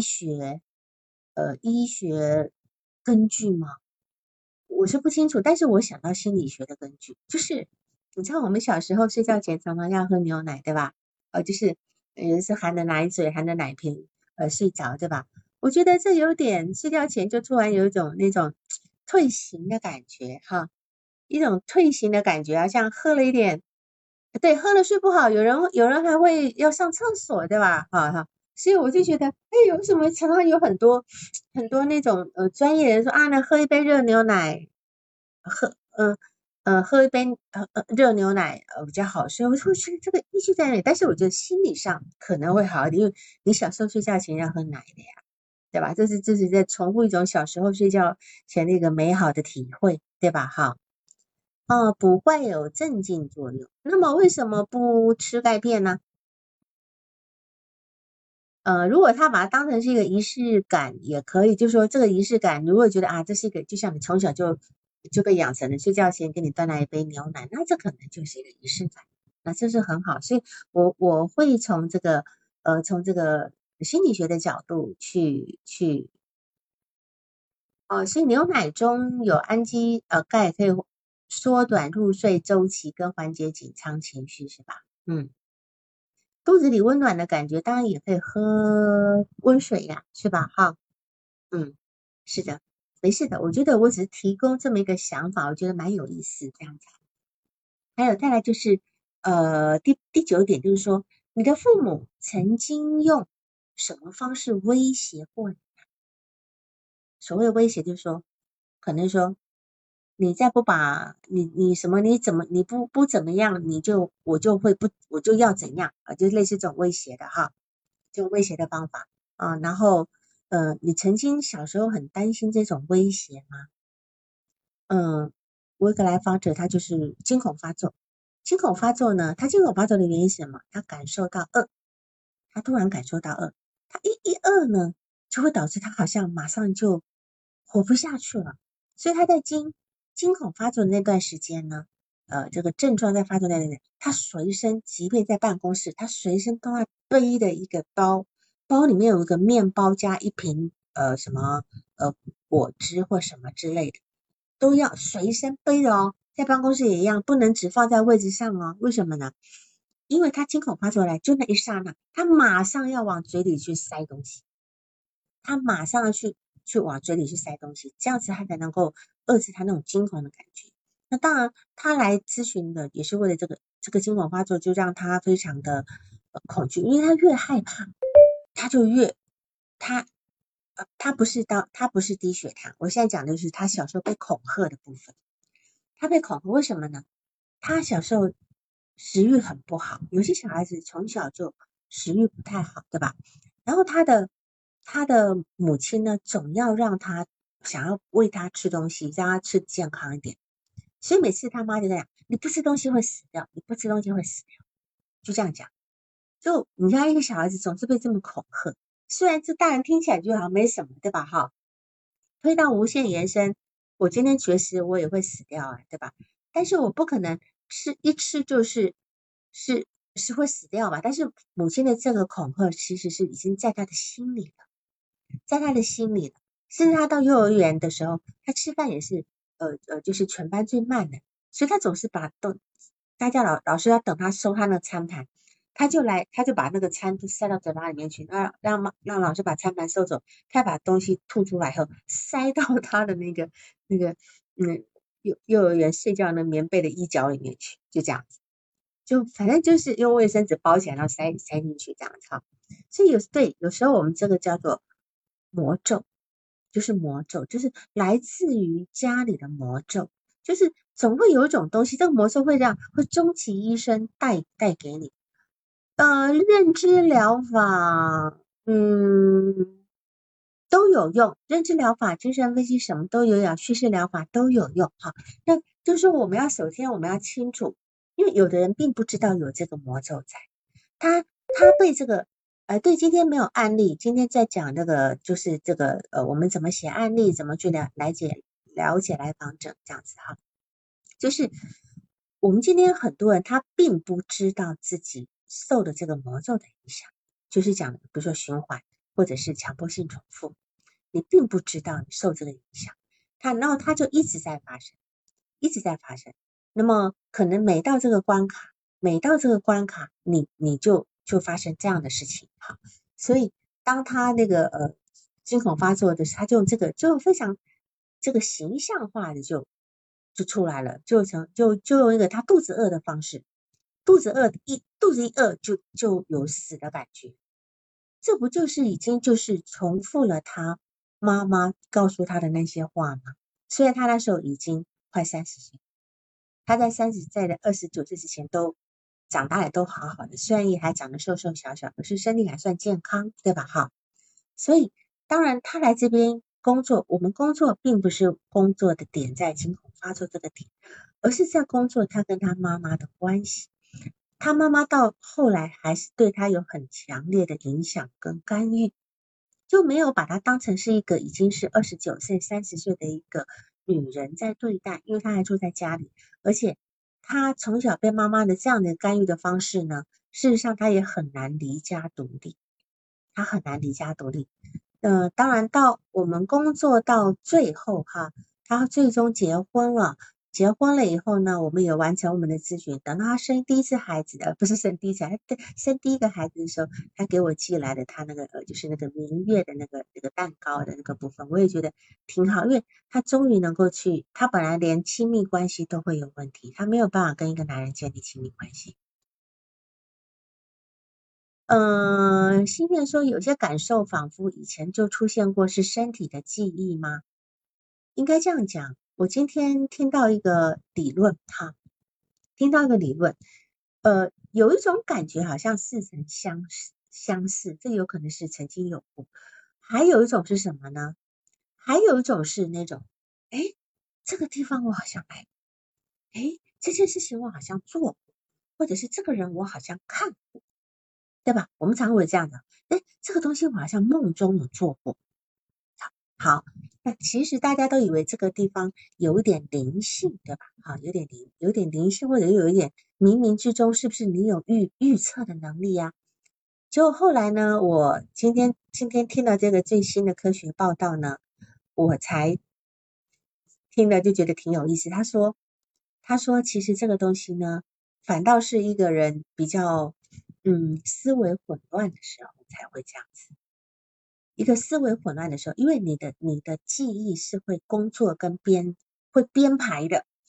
医学根据吗？我是不清楚，但是我想到心理学的根据，就是你知道我们小时候睡觉前常常要喝牛奶，对吧？就是是含着奶嘴、含着奶瓶睡着，对吧？我觉得这有点睡觉前就突然有一种那种退行的感觉哈，一种退行的感觉，好像喝了一点，对，喝了睡不好，有人还会要上厕所，对吧？哈哈，所以我就觉得，哎，有什么常常有很多那种专业人说啊，那喝一杯热牛奶，喝一杯热牛奶比较好睡。我说是这个依据在哪里？但是我觉得心理上可能会好一点，因为你小时候睡觉前要喝奶的呀，对吧？这是在重复一种小时候睡觉前的一个美好的体会，对吧？哈。不会有镇静作用。那么为什么不吃钙片呢？如果他把它当成是一个仪式感，也可以，就是说这个仪式感，如果觉得啊，这是一个，就像你从小就被养成了，睡觉前给你端来一杯牛奶，那这可能就是一个仪式感，那这是很好。所以我会从这个心理学的角度去所以牛奶中有钙，可以缩短入睡周期跟缓解紧张情绪，是吧？嗯。肚子里温暖的感觉，当然也可以喝温水呀，是吧？哈，嗯，是的，没事的。我觉得我只是提供这么一个想法，我觉得蛮有意思这样子。还有再来就是，第9点就是说，你的父母曾经用什么方式威胁过你？所谓的威胁，就是说，可能说你再不把你什么你怎么你不怎么样，我就要怎样啊，就类似这种威胁的哈。就威胁的方法啊，然后你曾经小时候很担心这种威胁吗？我有个来访者他就是惊恐发作，惊恐发作呢，他惊恐发作的原因是什么？他感受到饿，他突然感受到饿，他一饿呢，就会导致他好像马上就活不下去了，所以他在惊恐发作的那段时间呢，这个症状在发作那段时间，他随身即便在办公室，他随身都要背的一个包，包里面有一个面包加一瓶什么果汁或什么之类的，都要随身背的哦，在办公室也一样，不能只放在位置上哦。为什么呢？因为他惊恐发作来，就那一刹那，他马上要往嘴里去塞东西，他马上要去往嘴里去塞东西，这样子他才能够遏制他那种惊恐的感觉。 那当然他来咨询的也是为了这个惊恐发作，就让他非常的恐惧，因为他越害怕，他就越他他不是低血糖，我现在讲的就是他小时候被恐吓的部分。他被恐吓为什么呢？他小时候食欲很不好，有些小孩子从小就食欲不太好，对吧？然后他的母亲呢，总要让他想要喂他吃东西，让他吃健康一点，所以每次他妈就在讲，你不吃东西会死掉，你不吃东西会死掉，就这样讲。就你家一个小孩子总是被这么恐吓，虽然这大人听起来就好像没什么，对吧？哈，推到无限延伸，我今天绝食我也会死掉啊，对吧？但是我不可能一吃是会死掉吧？但是母亲的这个恐吓其实是已经在他的心里了，在他的心里了。甚至他到幼儿园的时候，他吃饭也是就是全班最慢的，所以他总是大家老师要等他收他那个餐盘，他就把那个餐都塞到嘴巴里面去，让老师把餐盘收走，他把东西吐出来后塞到他的那个幼儿园睡觉的棉被的衣角里面去，就这样子，就反正就是用卫生纸包起来，然后塞进去这样子哈。所以有时候我们这个叫做魔咒，就是魔咒，就是来自于家里的魔咒，就是总会有一种东西，这个魔咒会终其一生带给你。认知疗法，都有用，认知疗法、精神分析什么都有用，叙事疗法都有用哈。那就是说首先我们要清楚，因为有的人并不知道有这个魔咒在，他被这个对，今天没有案例，今天在讲这个就是这个我们怎么写案例，怎么去了解来访者这样子哈。就是我们今天很多人他并不知道自己受的这个魔咒的影响，就是讲比如说循环或者是强迫性重复，你并不知道你受这个影响，然后它就一直在发生，一直在发生。那么可能每到这个关卡，你就发生这样的事情哈。所以当他那个惊恐发作的时候，他就用这个就非常这个形象化的就出来了，就用一个他肚子饿的方式，肚子一饿就有死的感觉，这不就是已经就是重复了他妈妈告诉他的那些话吗？虽然他那时候已经快30岁，他在30岁的29岁之前都长大也都好好的，虽然也还长得瘦瘦小小，可是身体还算健康，对吧？哈，所以当然他来这边工作，我们工作并不是工作的点在惊恐发作这个点，而是在工作他跟他妈妈的关系。他妈妈到后来还是对他有很强烈的影响跟干预，就没有把他当成是一个已经是29岁、30岁的一个女人在对待，因为他还住在家里，而且他从小被妈妈的这样的干预的方式呢，事实上他也很难离家独立，他很难离家独立。当然到我们工作到最后哈，他最终结婚了。结婚了以后呢，我们也完成我们的咨询。等到他生第一次孩子的，不是生第一次，生第一个孩子的时候，他给我寄来的他那个就是那个明月的那个蛋糕的那个部分，我也觉得挺好，因为他终于能够去，他本来连亲密关系都会有问题，他没有办法跟一个男人建立亲密关系。心愿说有些感受仿佛以前就出现过，是身体的记忆吗？应该这样讲。我今天听到一个理论哈，听到一个理论，有一种感觉好像似曾相似，这有可能是曾经有过。还有一种是什么呢？还有一种是那种，哎，这个地方我好像来，哎，这件事情我好像做过，或者是这个人我好像看过，对吧？我们常会这样的，哎，这个东西我好像梦中有做过。好，那其实大家都以为这个地方有一点灵性，对吧？好，有点灵性，或者有一点冥冥之中是不是你有预测的能力呀？结果后来呢，我今天听了这个最新的科学报道呢，我才听了就觉得挺有意思。他说其实这个东西呢，反倒是一个人比较思维混乱的时候才会这样子。一个思维混乱的时候，因为你的记忆是会工作跟会编排的，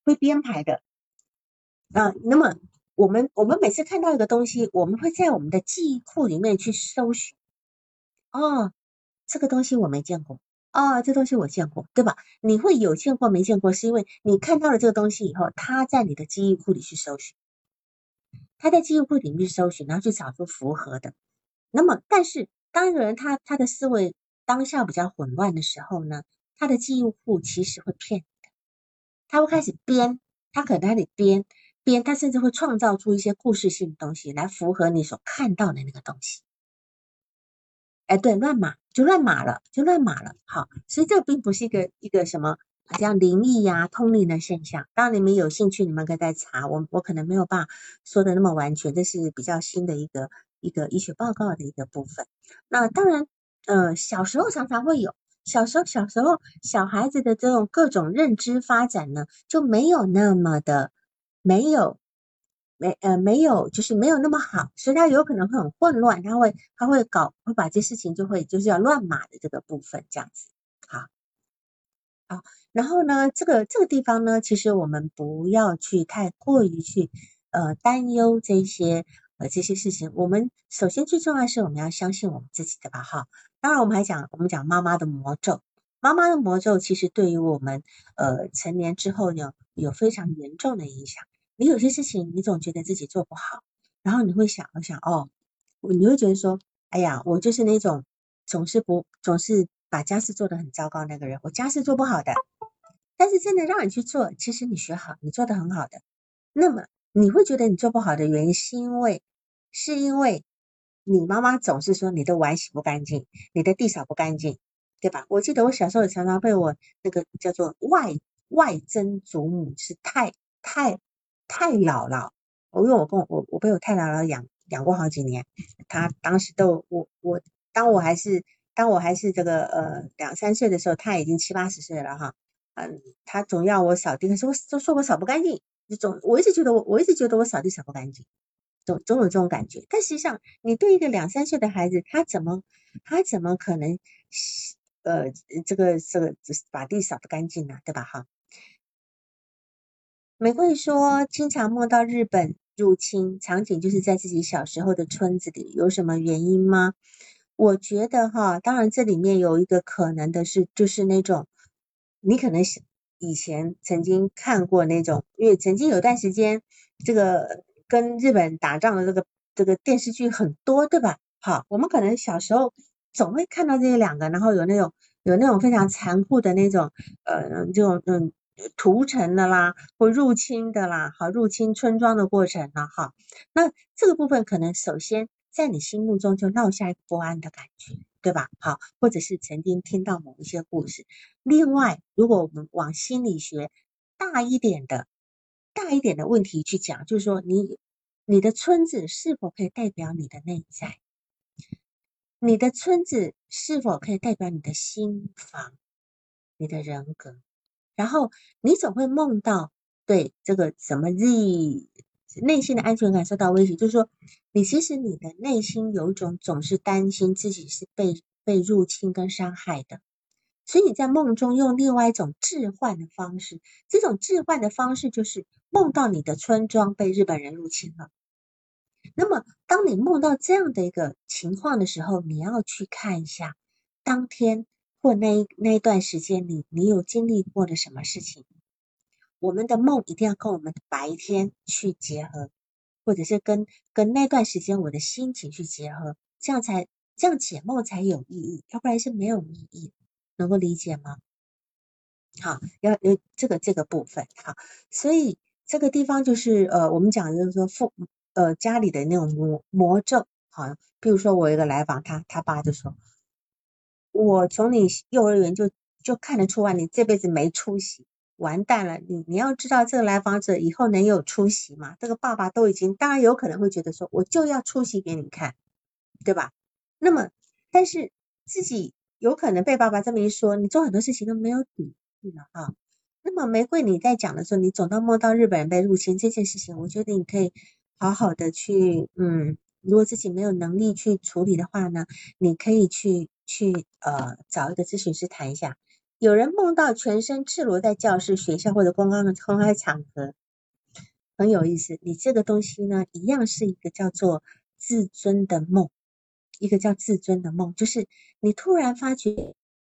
会编排的那么我们每次看到一个东西，我们会在我们的记忆库里面去搜寻，这个东西我没见过，这东西我见过，对吧？你会有见过没见过，是因为你看到了这个东西以后，它在你的记忆库里去搜寻，它在记忆库里面去搜寻，然后去找出符合的。那么，但是当一个人他的思维当下比较混乱的时候呢，他的记忆库其实会骗你的，他会开始编，他可能在那里编，他甚至会创造出一些故事性的东西来符合你所看到的那个东西。对，乱码就乱码了，好，所以这并不是一个什么好像灵异呀、通灵的现象。当然你们有兴趣，你们可以再查，我可能没有办法说的那么完全，这是比较新的一个医学报告的一个部分。那当然，小时候常常会有，小时候小孩子的这种各种认知发展呢，就没有那么的没有。没有，就是没有那么好，所以他有可能会很混乱，他会会把这事情就是要乱码的这个部分这样子。好，然后呢，这个地方呢，其实我们不要去太过于去担忧这些事情。我们首先最重要的是我们要相信我们自己的吧，哈。当然我们讲妈妈的魔咒，妈妈的魔咒其实对于我们成年之后呢，有非常严重的影响。你有些事情你总觉得自己做不好，然后你会想你会觉得说，哎呀，我就是那种总是把家事做得很糟糕那个人，我家事做不好的。但是真的让你去做，其实你学好，你做得很好的。那么你会觉得你做不好的原因，是因为你妈妈总是说你的碗洗不干净，你的地扫不干净，对吧？我记得我小时候常常被我那个叫做外曾祖母是太姥姥，因为我被我太姥姥养过好几年，她当时都当我还是这个2、3岁的时候，她已经70、80岁了哈。他总要我扫地，可是我说我扫不干净，我一直觉得我扫地扫不干净，总有这种感觉。但实际上，你对一个2、3岁的孩子，他怎么可能把地扫不干净呢？对吧？哈，玫瑰说，经常梦到日本入侵，场景就是在自己小时候的村子里，有什么原因吗？我觉得哈，当然这里面有一个可能的是，就是那种你可能以前曾经看过那种，因为曾经有段时间，这个跟日本打仗的这个电视剧很多，对吧？好，我们可能小时候总会看到这两个，然后有那种非常残酷的那种这种屠城的啦，或入侵的啦，好，入侵村庄的过程了哈。那这个部分可能首先在你心目中就落下一个不安的感觉，对吧？好，或者是曾经听到某一些故事。另外，如果我们往心理学大一点的问题去讲，就是说你的村子是否可以代表你的内在？你的村子是否可以代表你的心房、你的人格？然后你总会梦到对这个什么内心的安全感受到威胁，就是说其实你的内心有一种总是担心自己是被入侵跟伤害的，所以你在梦中用另外一种置换的方式，这种置换的方式就是梦到你的村庄被日本人入侵了。那么当你梦到这样的一个情况的时候，你要去看一下当天或那一段时间你有经历过的什么事情。我们的梦一定要跟我们的白天去结合，或者是跟那段时间我的心情去结合，这样解梦才有意义，要不然是没有意义，能够理解吗？好，要有这个部分。好，所以这个地方就是我们讲的就是说家里的那种魔咒。好，比如说我有一个来访，他爸就说，我从你幼儿园就看得出来你这辈子没出息，完蛋了，你要知道这个来访者以后能有出息吗？这个爸爸都已经当然有可能会觉得说我就要出息给你看，对吧？那么但是自己有可能被爸爸这么一说，你做很多事情都没有底气了啊。那么玫瑰你在讲的时候，你总到梦到日本人被入侵这件事情，我觉得你可以好好的去如果自己没有能力去处理的话呢，你可以去找一个咨询师谈一下， 有人梦到全身赤裸在教室、学校或者公开场合，很有意思。你这个东西呢，一样是一个叫做自尊的梦，一个叫自尊的梦，就是你突然发觉。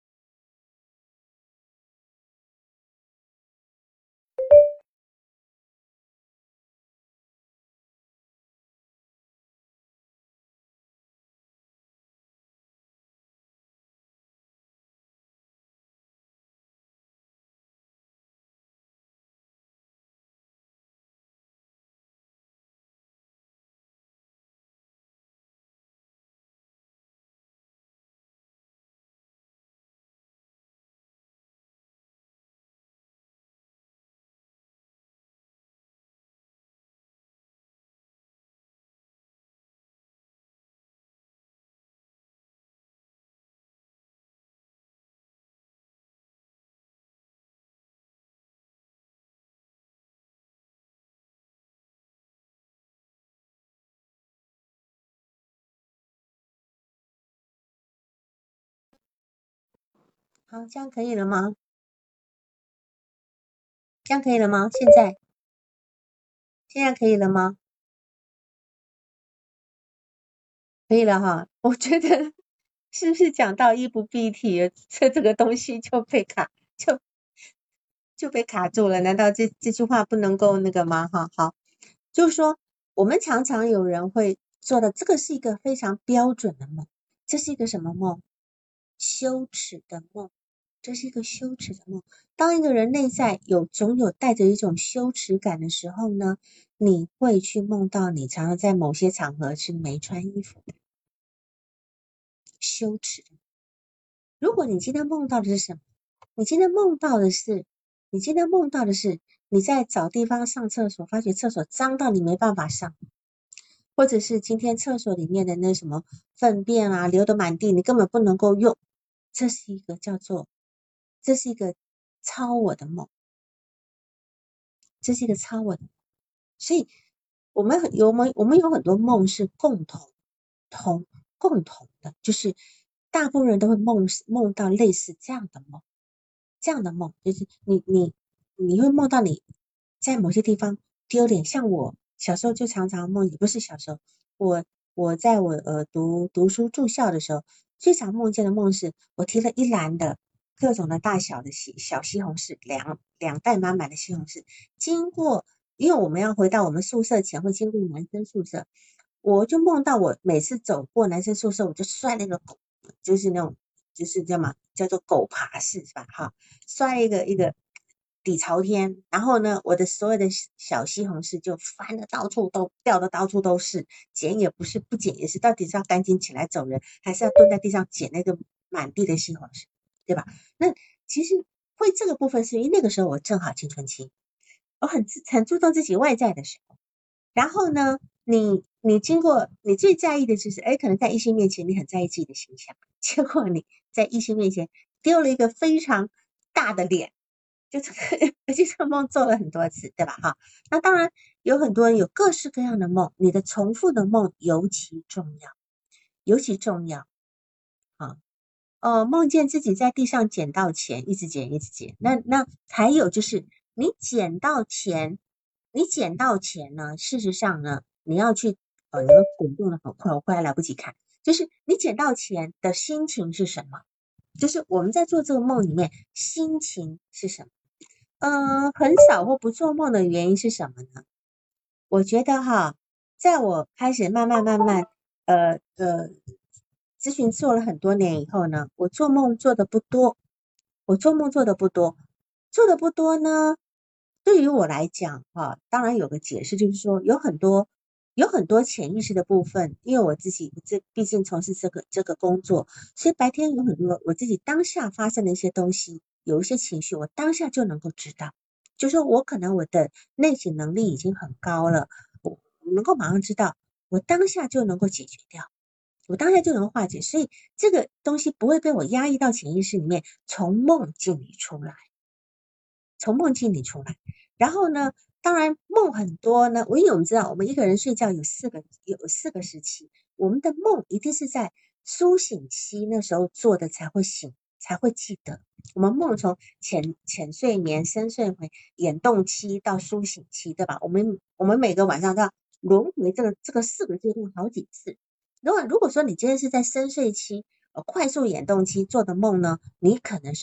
好，这样可以了吗？这样可以了吗？现在可以了吗？可以了哈。我觉得是不是讲到衣不蔽体，这个东西就就被卡住了？难道这句话不能够那个吗？哈，好，就是说我们常常有人会做的，这个是一个非常标准的梦。这是一个什么梦？羞耻的梦。这是一个羞耻的梦。当一个人内在总有带着一种羞耻感的时候呢，你会去梦到你常常在某些场合是没穿衣服的，羞耻。如果你今天梦到的是什么？你今天梦到的是，你在找地方上厕所，发觉厕所脏到你没办法上，或者是今天厕所里面的那什么粪便啊流得满地，你根本不能够用。这是一个超我的梦，这是一个超我的梦。所以我们有很多梦是共同的，就是大部分人都会梦到类似这样的梦。这样的梦就是你会梦到你在某些地方丢脸，像我小时候就常常梦，也不是小时候，我在读书住校的时候，最常梦见的梦是我提了一篮的各种的大小的小西红柿，两袋满满的西红柿，经过，因为我们要回到我们宿舍前会经过男生宿舍，我就梦到我每次走过男生宿舍，我就摔那个狗，就是那种就是叫做狗爬式是吧？哈，摔一个底朝天，然后呢，我的所有的小西红柿就翻的到处都掉的到处都是，捡也不是，不捡也是，到底是要赶紧起来走人，还是要蹲在地上捡那个满地的西红柿，对吧？那其实会这个部分是因为那个时候我正好青春期，我很注重自己外在的时候。然后呢，你经过你最在意的就是，哎，可能在异性面前你很在意自己的形象，结果你在异性面前丢了一个非常大的脸，就这个，而且这个梦做了很多次，对吧？哈，那当然有很多人有各式各样的梦，你的重复的梦尤其重要，尤其重要啊。梦见自己在地上捡到钱，一直捡，一直捡。那还有就是你捡到钱，呢，事实上呢，你要去你们滚动的很快，我快来不及看。就是你捡到钱的心情是什么？就是我们在做这个梦里面，心情是什么？很少或不做梦的原因是什么呢？我觉得哈，在我开始慢慢咨询做了很多年以后呢，我做梦做的不多，我做梦做的不多，做的不多呢，对于我来讲哈，当然有个解释，就是说有很多潜意识的部分，因为我自己毕竟从事这个工作，所以白天有很多我自己当下发生的一些东西，有一些情绪，我当下就能够知道。就说我可能我的内省能力已经很高了，我能够马上知道，我当下就能够解决掉，我当下就能化解，所以这个东西不会被我压抑到潜意识里面，从梦境里出来，从梦境里出来。然后呢，当然梦很多呢，因为我们知道，我们一个人睡觉有四个时期，我们的梦一定是在苏醒期那时候做的才会醒，才会记得。 我们梦从浅睡眠、深睡眠、眼动期到苏醒期，对吧？我们每个晚上都要轮回这个4个阶段好几次。如果说你今天是在深睡期、快速眼动期做的梦呢，你可能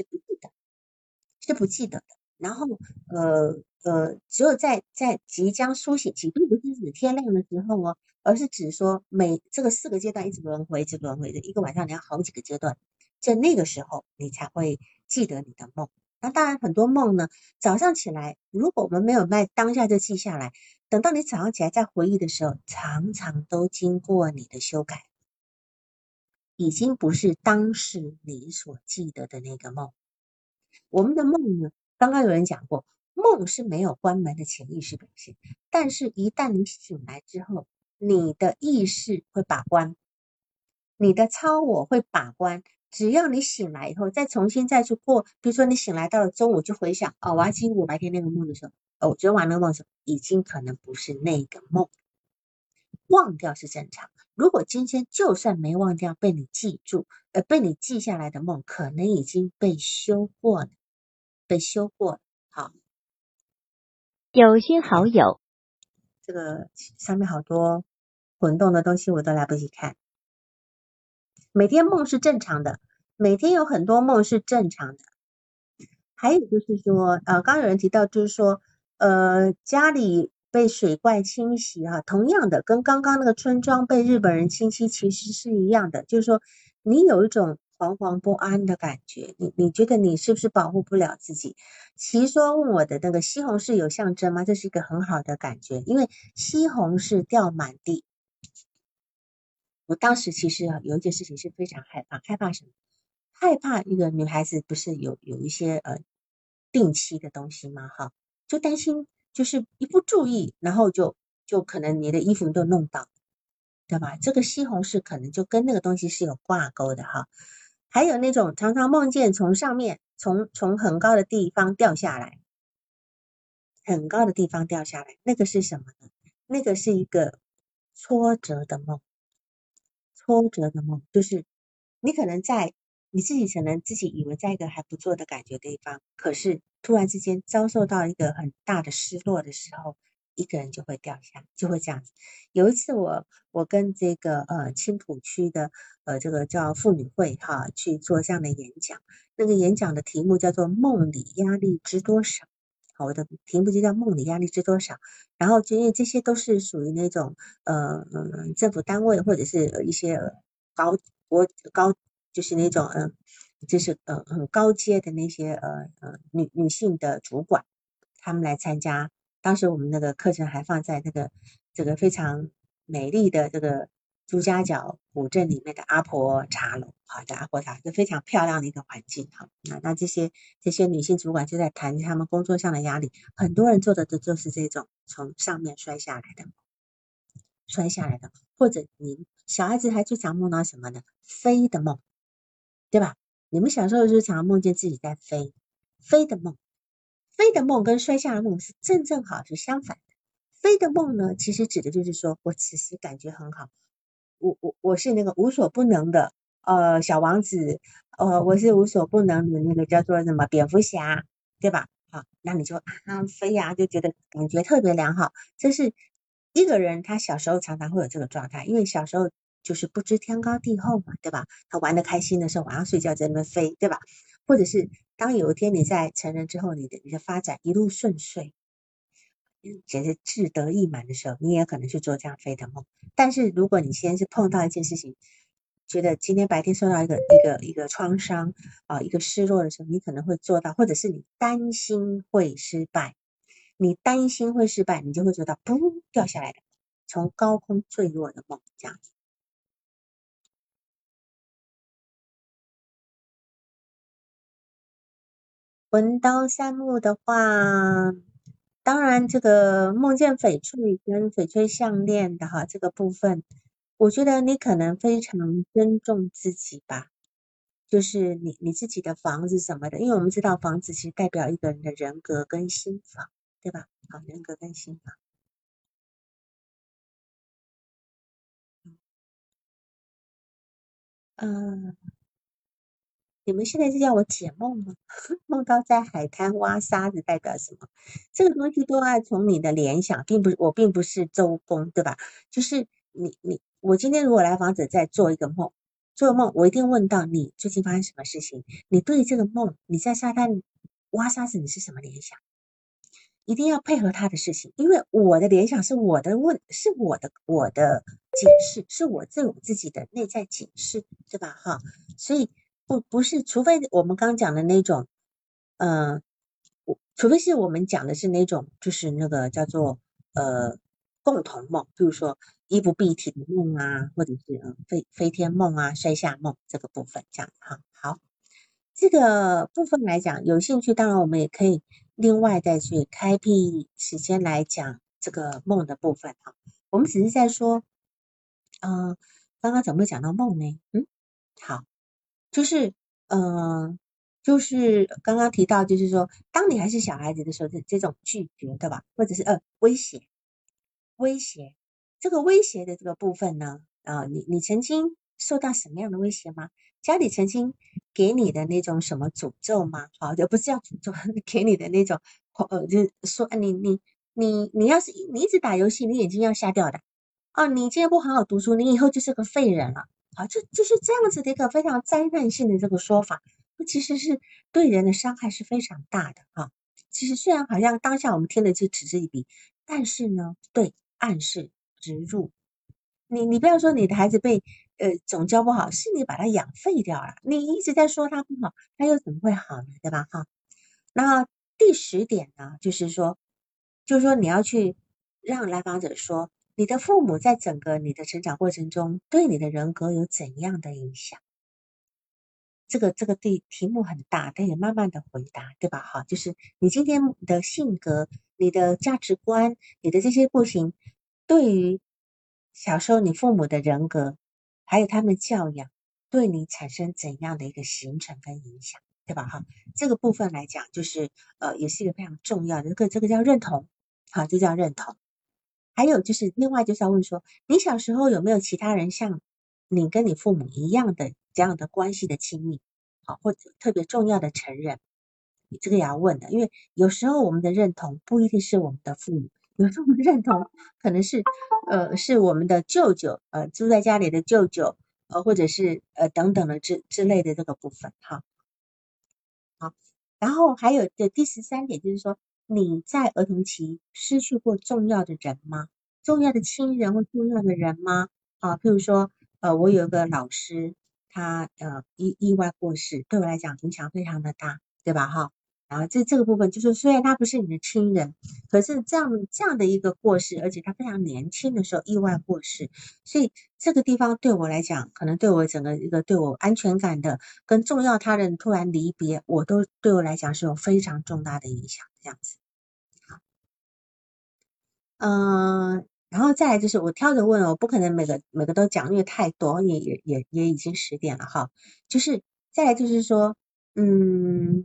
是不记得的。然后只有在即将苏醒期，并不是指天亮的时候哦，而是指说这个4个阶段一直轮回，一直轮回的一个晚上你要好几个阶段，在那个时候你才会记得你的梦。那当然很多梦呢，早上起来，如果我们没有在当下就记下来，等到你早上起来再回忆的时候，常常都经过你的修改，已经不是当时你所记得的那个梦。我们的梦呢，刚刚有人讲过，梦是没有关门的潜意识表现，但是一旦你醒来之后，你的意识会把关，你的超我会把关。只要你醒来以后，再重新再去过，比如说你醒来到了中午，就回想哦，我要记录我白天那个梦的时候，我昨天晚上那个梦的时候，已经可能不是那个梦，忘掉是正常。如果今天就算没忘掉，被你记住，被你记下来的梦，可能已经被修过了，被修过了。好， 有新好友， 这个上面好多混动的东西我都来不及看。每天梦是正常的，每天有很多梦是正常的。还有就是说，刚刚有人提到，就是说，家里被水怪侵袭哈，同样的，跟刚刚那个村庄被日本人侵袭其实是一样的，就是说，你有一种惶惶不安的感觉，你觉得你是不是保护不了自己？其实说问我的那个西红柿有象征吗？这是一个很好的感觉，因为西红柿掉满地。我当时其实有一件事情是非常害怕，害怕什么？害怕一个女孩子不是有一些定期的东西吗？哈，就担心就是一不注意，然后就可能你的衣服都弄到，对吧？这个西红柿可能就跟那个东西是有挂钩的哈。还有那种常常梦见从上面从很高的地方掉下来，很高的地方掉下来，那个是什么呢？那个是一个挫折的梦。挫折的梦，就是你可能在你自己可能自己以为在一个还不错的感觉地方，可是突然之间遭受到一个很大的失落的时候，一个人就会掉下，就会这样子。有一次我跟这个青浦区的这个叫妇女会哈去做这样的演讲，那个演讲的题目叫做梦里压力知多少。好，我的题目就叫梦里压力知多少。然后就因为这些都是属于那种政府单位或者是一些高高就是那种就是很高阶的那些女性的主管，他们来参加。当时我们那个课程还放在这个非常美丽的这个朱家角古镇里面的阿婆茶楼，好的阿婆茶，就非常漂亮的一个环境哈。那这些女性主管就在谈他们工作上的压力，很多人做的就是这种从上面摔下来的，或者你小孩子还最常梦到什么呢？飞的梦，对吧？你们小时候就常常梦见自己在飞，飞的梦，飞的梦跟摔下的梦是正好是相反的。飞的梦呢，其实指的就是说我此时感觉很好，我是那个无所不能的小王子，我是无所不能的那个叫做什么蝙蝠侠，对吧？好，那你就飞呀，就觉得感觉特别良好。这是一个人他小时候常常会有这个状态，因为小时候就是不知天高地厚嘛，对吧？他玩得开心的时候，晚上睡觉在那边飞，对吧？或者是当有一天你在成人之后，你的发展一路顺遂，简直志得意满的时候，你也可能去做这样飞的梦。但是如果你先是碰到一件事情，觉得今天白天受到一个创伤一个失落的时候，你可能会做到，或者是你担心会失败，你担心会失败，你就会做到砰掉下来的，从高空坠落的梦这样子。文刀三木的话，当然这个梦见翡翠跟翡翠项链的哈这个部分，我觉得你可能非常尊重自己吧，就是你自己的房子什么的，因为我们知道房子其实代表一个人的人格跟心房，对吧？好，人格跟心房。嗯， 你们现在是叫我解梦吗？梦到在海滩挖沙子代表什么？这个东西都要从你的联想，我并不是周公，对吧？就是我今天如果来访者在做一个梦，我一定问到你最近发生什么事情，你对这个梦，你在沙滩挖沙子，你是什么联想？一定要配合他的事情，因为我的联想是我的解释，是我对我自己的内在解释，对吧？哈，所以不是，除非我们刚讲的那种，呃，除非是我们讲的是那种，就是那个叫做共同梦，比如说衣不蔽体的梦啊，或者是飞天梦啊、摔下梦这个部分，这样哈。好。这个部分来讲，有兴趣，当然我们也可以另外再去开辟时间来讲这个梦的部分啊。我们只是在说，刚刚怎么会讲到梦呢？好，就是就是刚刚提到，就是说，当你还是小孩子的时候，这种拒绝，对吧？或者是威胁，威胁这个威胁的这个部分呢，你曾经受到什么样的威胁吗？家里曾经给你的那种什么诅咒吗？好，就不是要诅咒，给你的那种，就是说，你要是你一直打游戏，你眼睛要瞎掉的。哦，你今天不好好读书，你以后就是个废人了。好，就是这样子的一个非常灾难性的这个说法，其实是对人的伤害是非常大的啊。其实虽然好像当下我们听了就嗤之以鼻，但是呢，对，暗示植入。你不要说你的孩子被总教不好，是你把他养废掉了。你一直在说他不好，他又怎么会好呢？对吧？哈。那第10点呢，就是说你要去让来访者说，你的父母在整个你的成长过程中对你的人格有怎样的影响？这个题目很大，但也慢慢的回答，对吧？哈，就是你今天的性格、你的价值观、你的这些不行，对于小时候你父母的人格，还有他们教养，对你产生怎样的一个形成跟影响，对吧？哈，这个部分来讲，就是也是一个非常重要的，这个叫认同，好，这叫认同。还有就是另外就是要问说，你小时候有没有其他人像你跟你父母一样的这样的关系的亲密，好，或者特别重要的成人，你这个也要问的，因为有时候我们的认同不一定是我们的父母，有时候我们认同可能是我们的舅舅，住在家里的舅舅，或者是等等的之类的这个部分，哈。好，然后还有的第13点就是说，你在儿童期失去过重要的人吗？重要的亲人或重要的人吗？啊，譬如说，我有一个老师，他意外过世，对我来讲影响非常的大，对吧？哈，然后这个部分就是虽然他不是你的亲人，可是这样的一个过世，而且他非常年轻的时候意外过世，所以这个地方对我来讲，可能对我整个一个对我安全感的。跟重要他人突然离别，对我来讲是有非常重大的影响，这样子。然后再来就是我挑着问，我不可能每个都讲，因为太多，也已经10点了哈。就是再来就是说，嗯，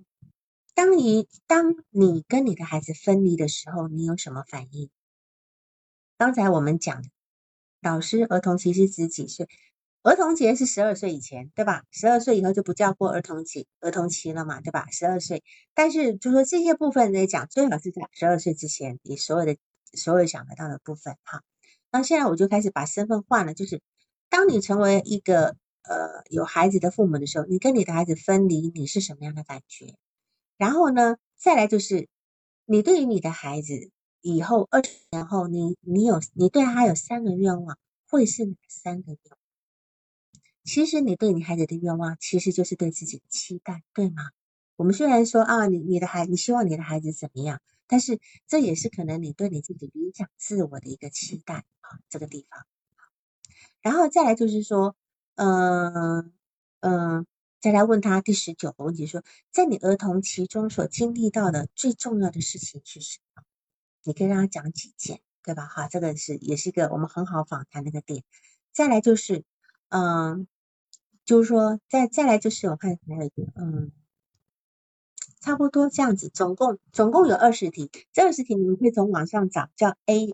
当你跟你的孩子分离的时候，你有什么反应？刚才我们讲老师儿童期是指几岁？儿童节是12岁以前，对吧？12岁以后就不叫过儿童期了嘛，对吧？12岁，但是就说这些部分来讲，最好是在12岁之前，你所有想得到的部分哈。那现在我就开始把身份换了，就是当你成为一个有孩子的父母的时候，你跟你的孩子分离，你是什么样的感觉？然后呢，再来就是你对于你的孩子以后20年后，你对他有3个愿望，会是哪3个愿望？其实你对你孩子的愿望，其实就是对自己的期待，对吗？我们虽然说啊，你希望你的孩子怎么样，但是这也是可能你对你自己理想自我的一个期待啊，这个地方。然后再来就是说，嗯再来问他第19个问题说，在你儿童期中所经历到的最重要的事情是什么？你可以让他讲几件，对吧？哈，这个也是一个我们很好访谈的一个点。再来就是，嗯，就是说，再来就是我看还有一个，差不多这样子，总共有20题，这20题你们可以从网上找，叫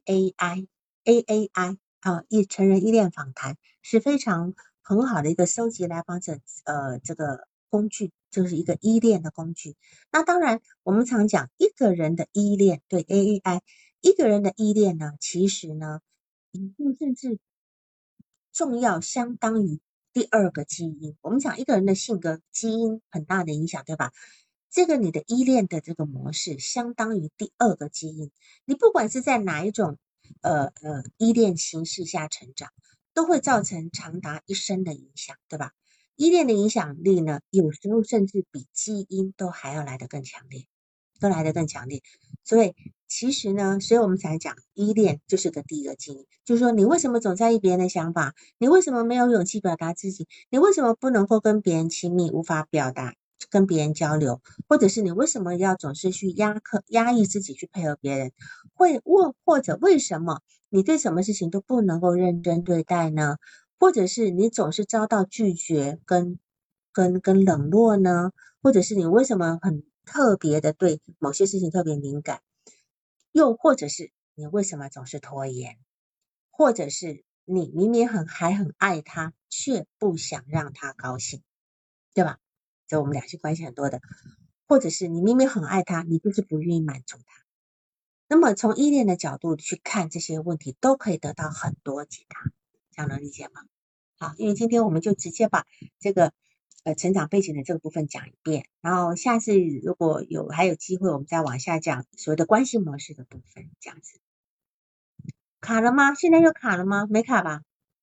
AAI 啊，成人依恋访谈是非常很好的一个收集来访者这个工具，就是一个依恋的工具。那当然，我们常讲一个人的依恋，对 AAI， 一个人的依恋呢，其实呢，甚至重要相当于第二个基因。我们讲一个人的性格基因很大的影响，对吧？这个你的依恋的这个模式相当于第二个基因。你不管是在哪一种依恋形式下成长，都会造成长达一生的影响，对吧？依恋的影响力呢，有时候甚至比基因都还要来得更强烈，都来得更强烈。所以其实呢，所以我们才讲依恋就是个第一个基因，就是说你为什么总在意别人的想法？你为什么没有勇气表达自己？你为什么不能够跟别人亲密，无法表达，跟别人交流？或者是你为什么要总是去压抑自己去配合别人？或者为什么你对什么事情都不能够认真对待呢？或者是你总是遭到拒绝跟冷落呢？或者是你为什么很特别的对某些事情特别敏感？又或者是你为什么总是拖延？或者是你明明还很爱他，却不想让他高兴，对吧？这我们两性关系很多的。或者是你明明很爱他，你就是不愿意满足他。那么从依恋的角度去看这些问题，都可以得到很多解答，这样能理解吗？好，因为今天我们就直接把这个成长背景的这个部分讲一遍，然后下次如果还有机会，我们再往下讲所谓的关系模式的部分，这样子。卡了吗？现在又卡了吗？没卡吧？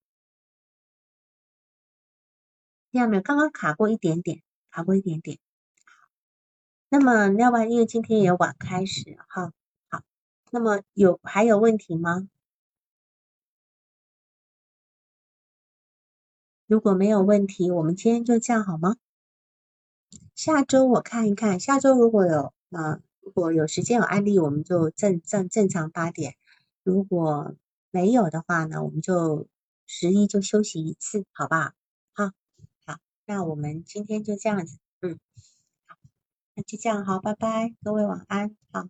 听到没有？刚刚卡过一点点，卡过一点点。那么要不然因为今天也晚开始哈，好，那么还有问题吗？如果没有问题，我们今天就这样好吗？下周我看一看，下周如果有时间有案例，我们就正常8点。如果没有的话呢，我们就11就休息一次，好吧？好，那我们今天就这样子，好，那就这样，好，拜拜，各位晚安，好。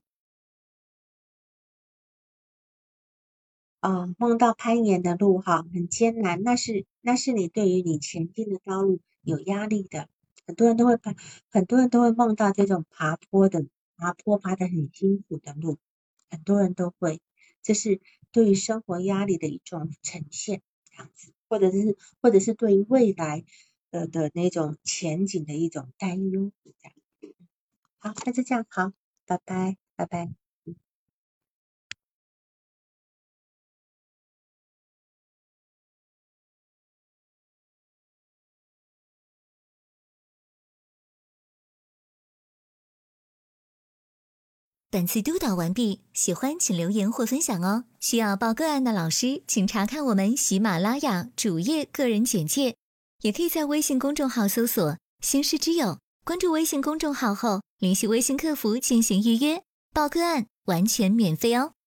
梦到攀岩的路哈，很艰难，那是你对于你前进的道路有压力的。很多人都会梦到这种爬坡爬得很辛苦的路，很多人都会，这是对于生活压力的一种呈现，这样子，或者是对于未来的那种前景的一种担忧，这样。好，那就这样，好，拜拜，拜拜。 本次督导完毕，喜欢请留言或分享哦。需要报个案的老师，请查看我们喜马拉雅主页个人简介，也可以在微信公众号搜索“星师之友”，关注微信公众号后，联系微信客服进行预约，报个案完全免费哦。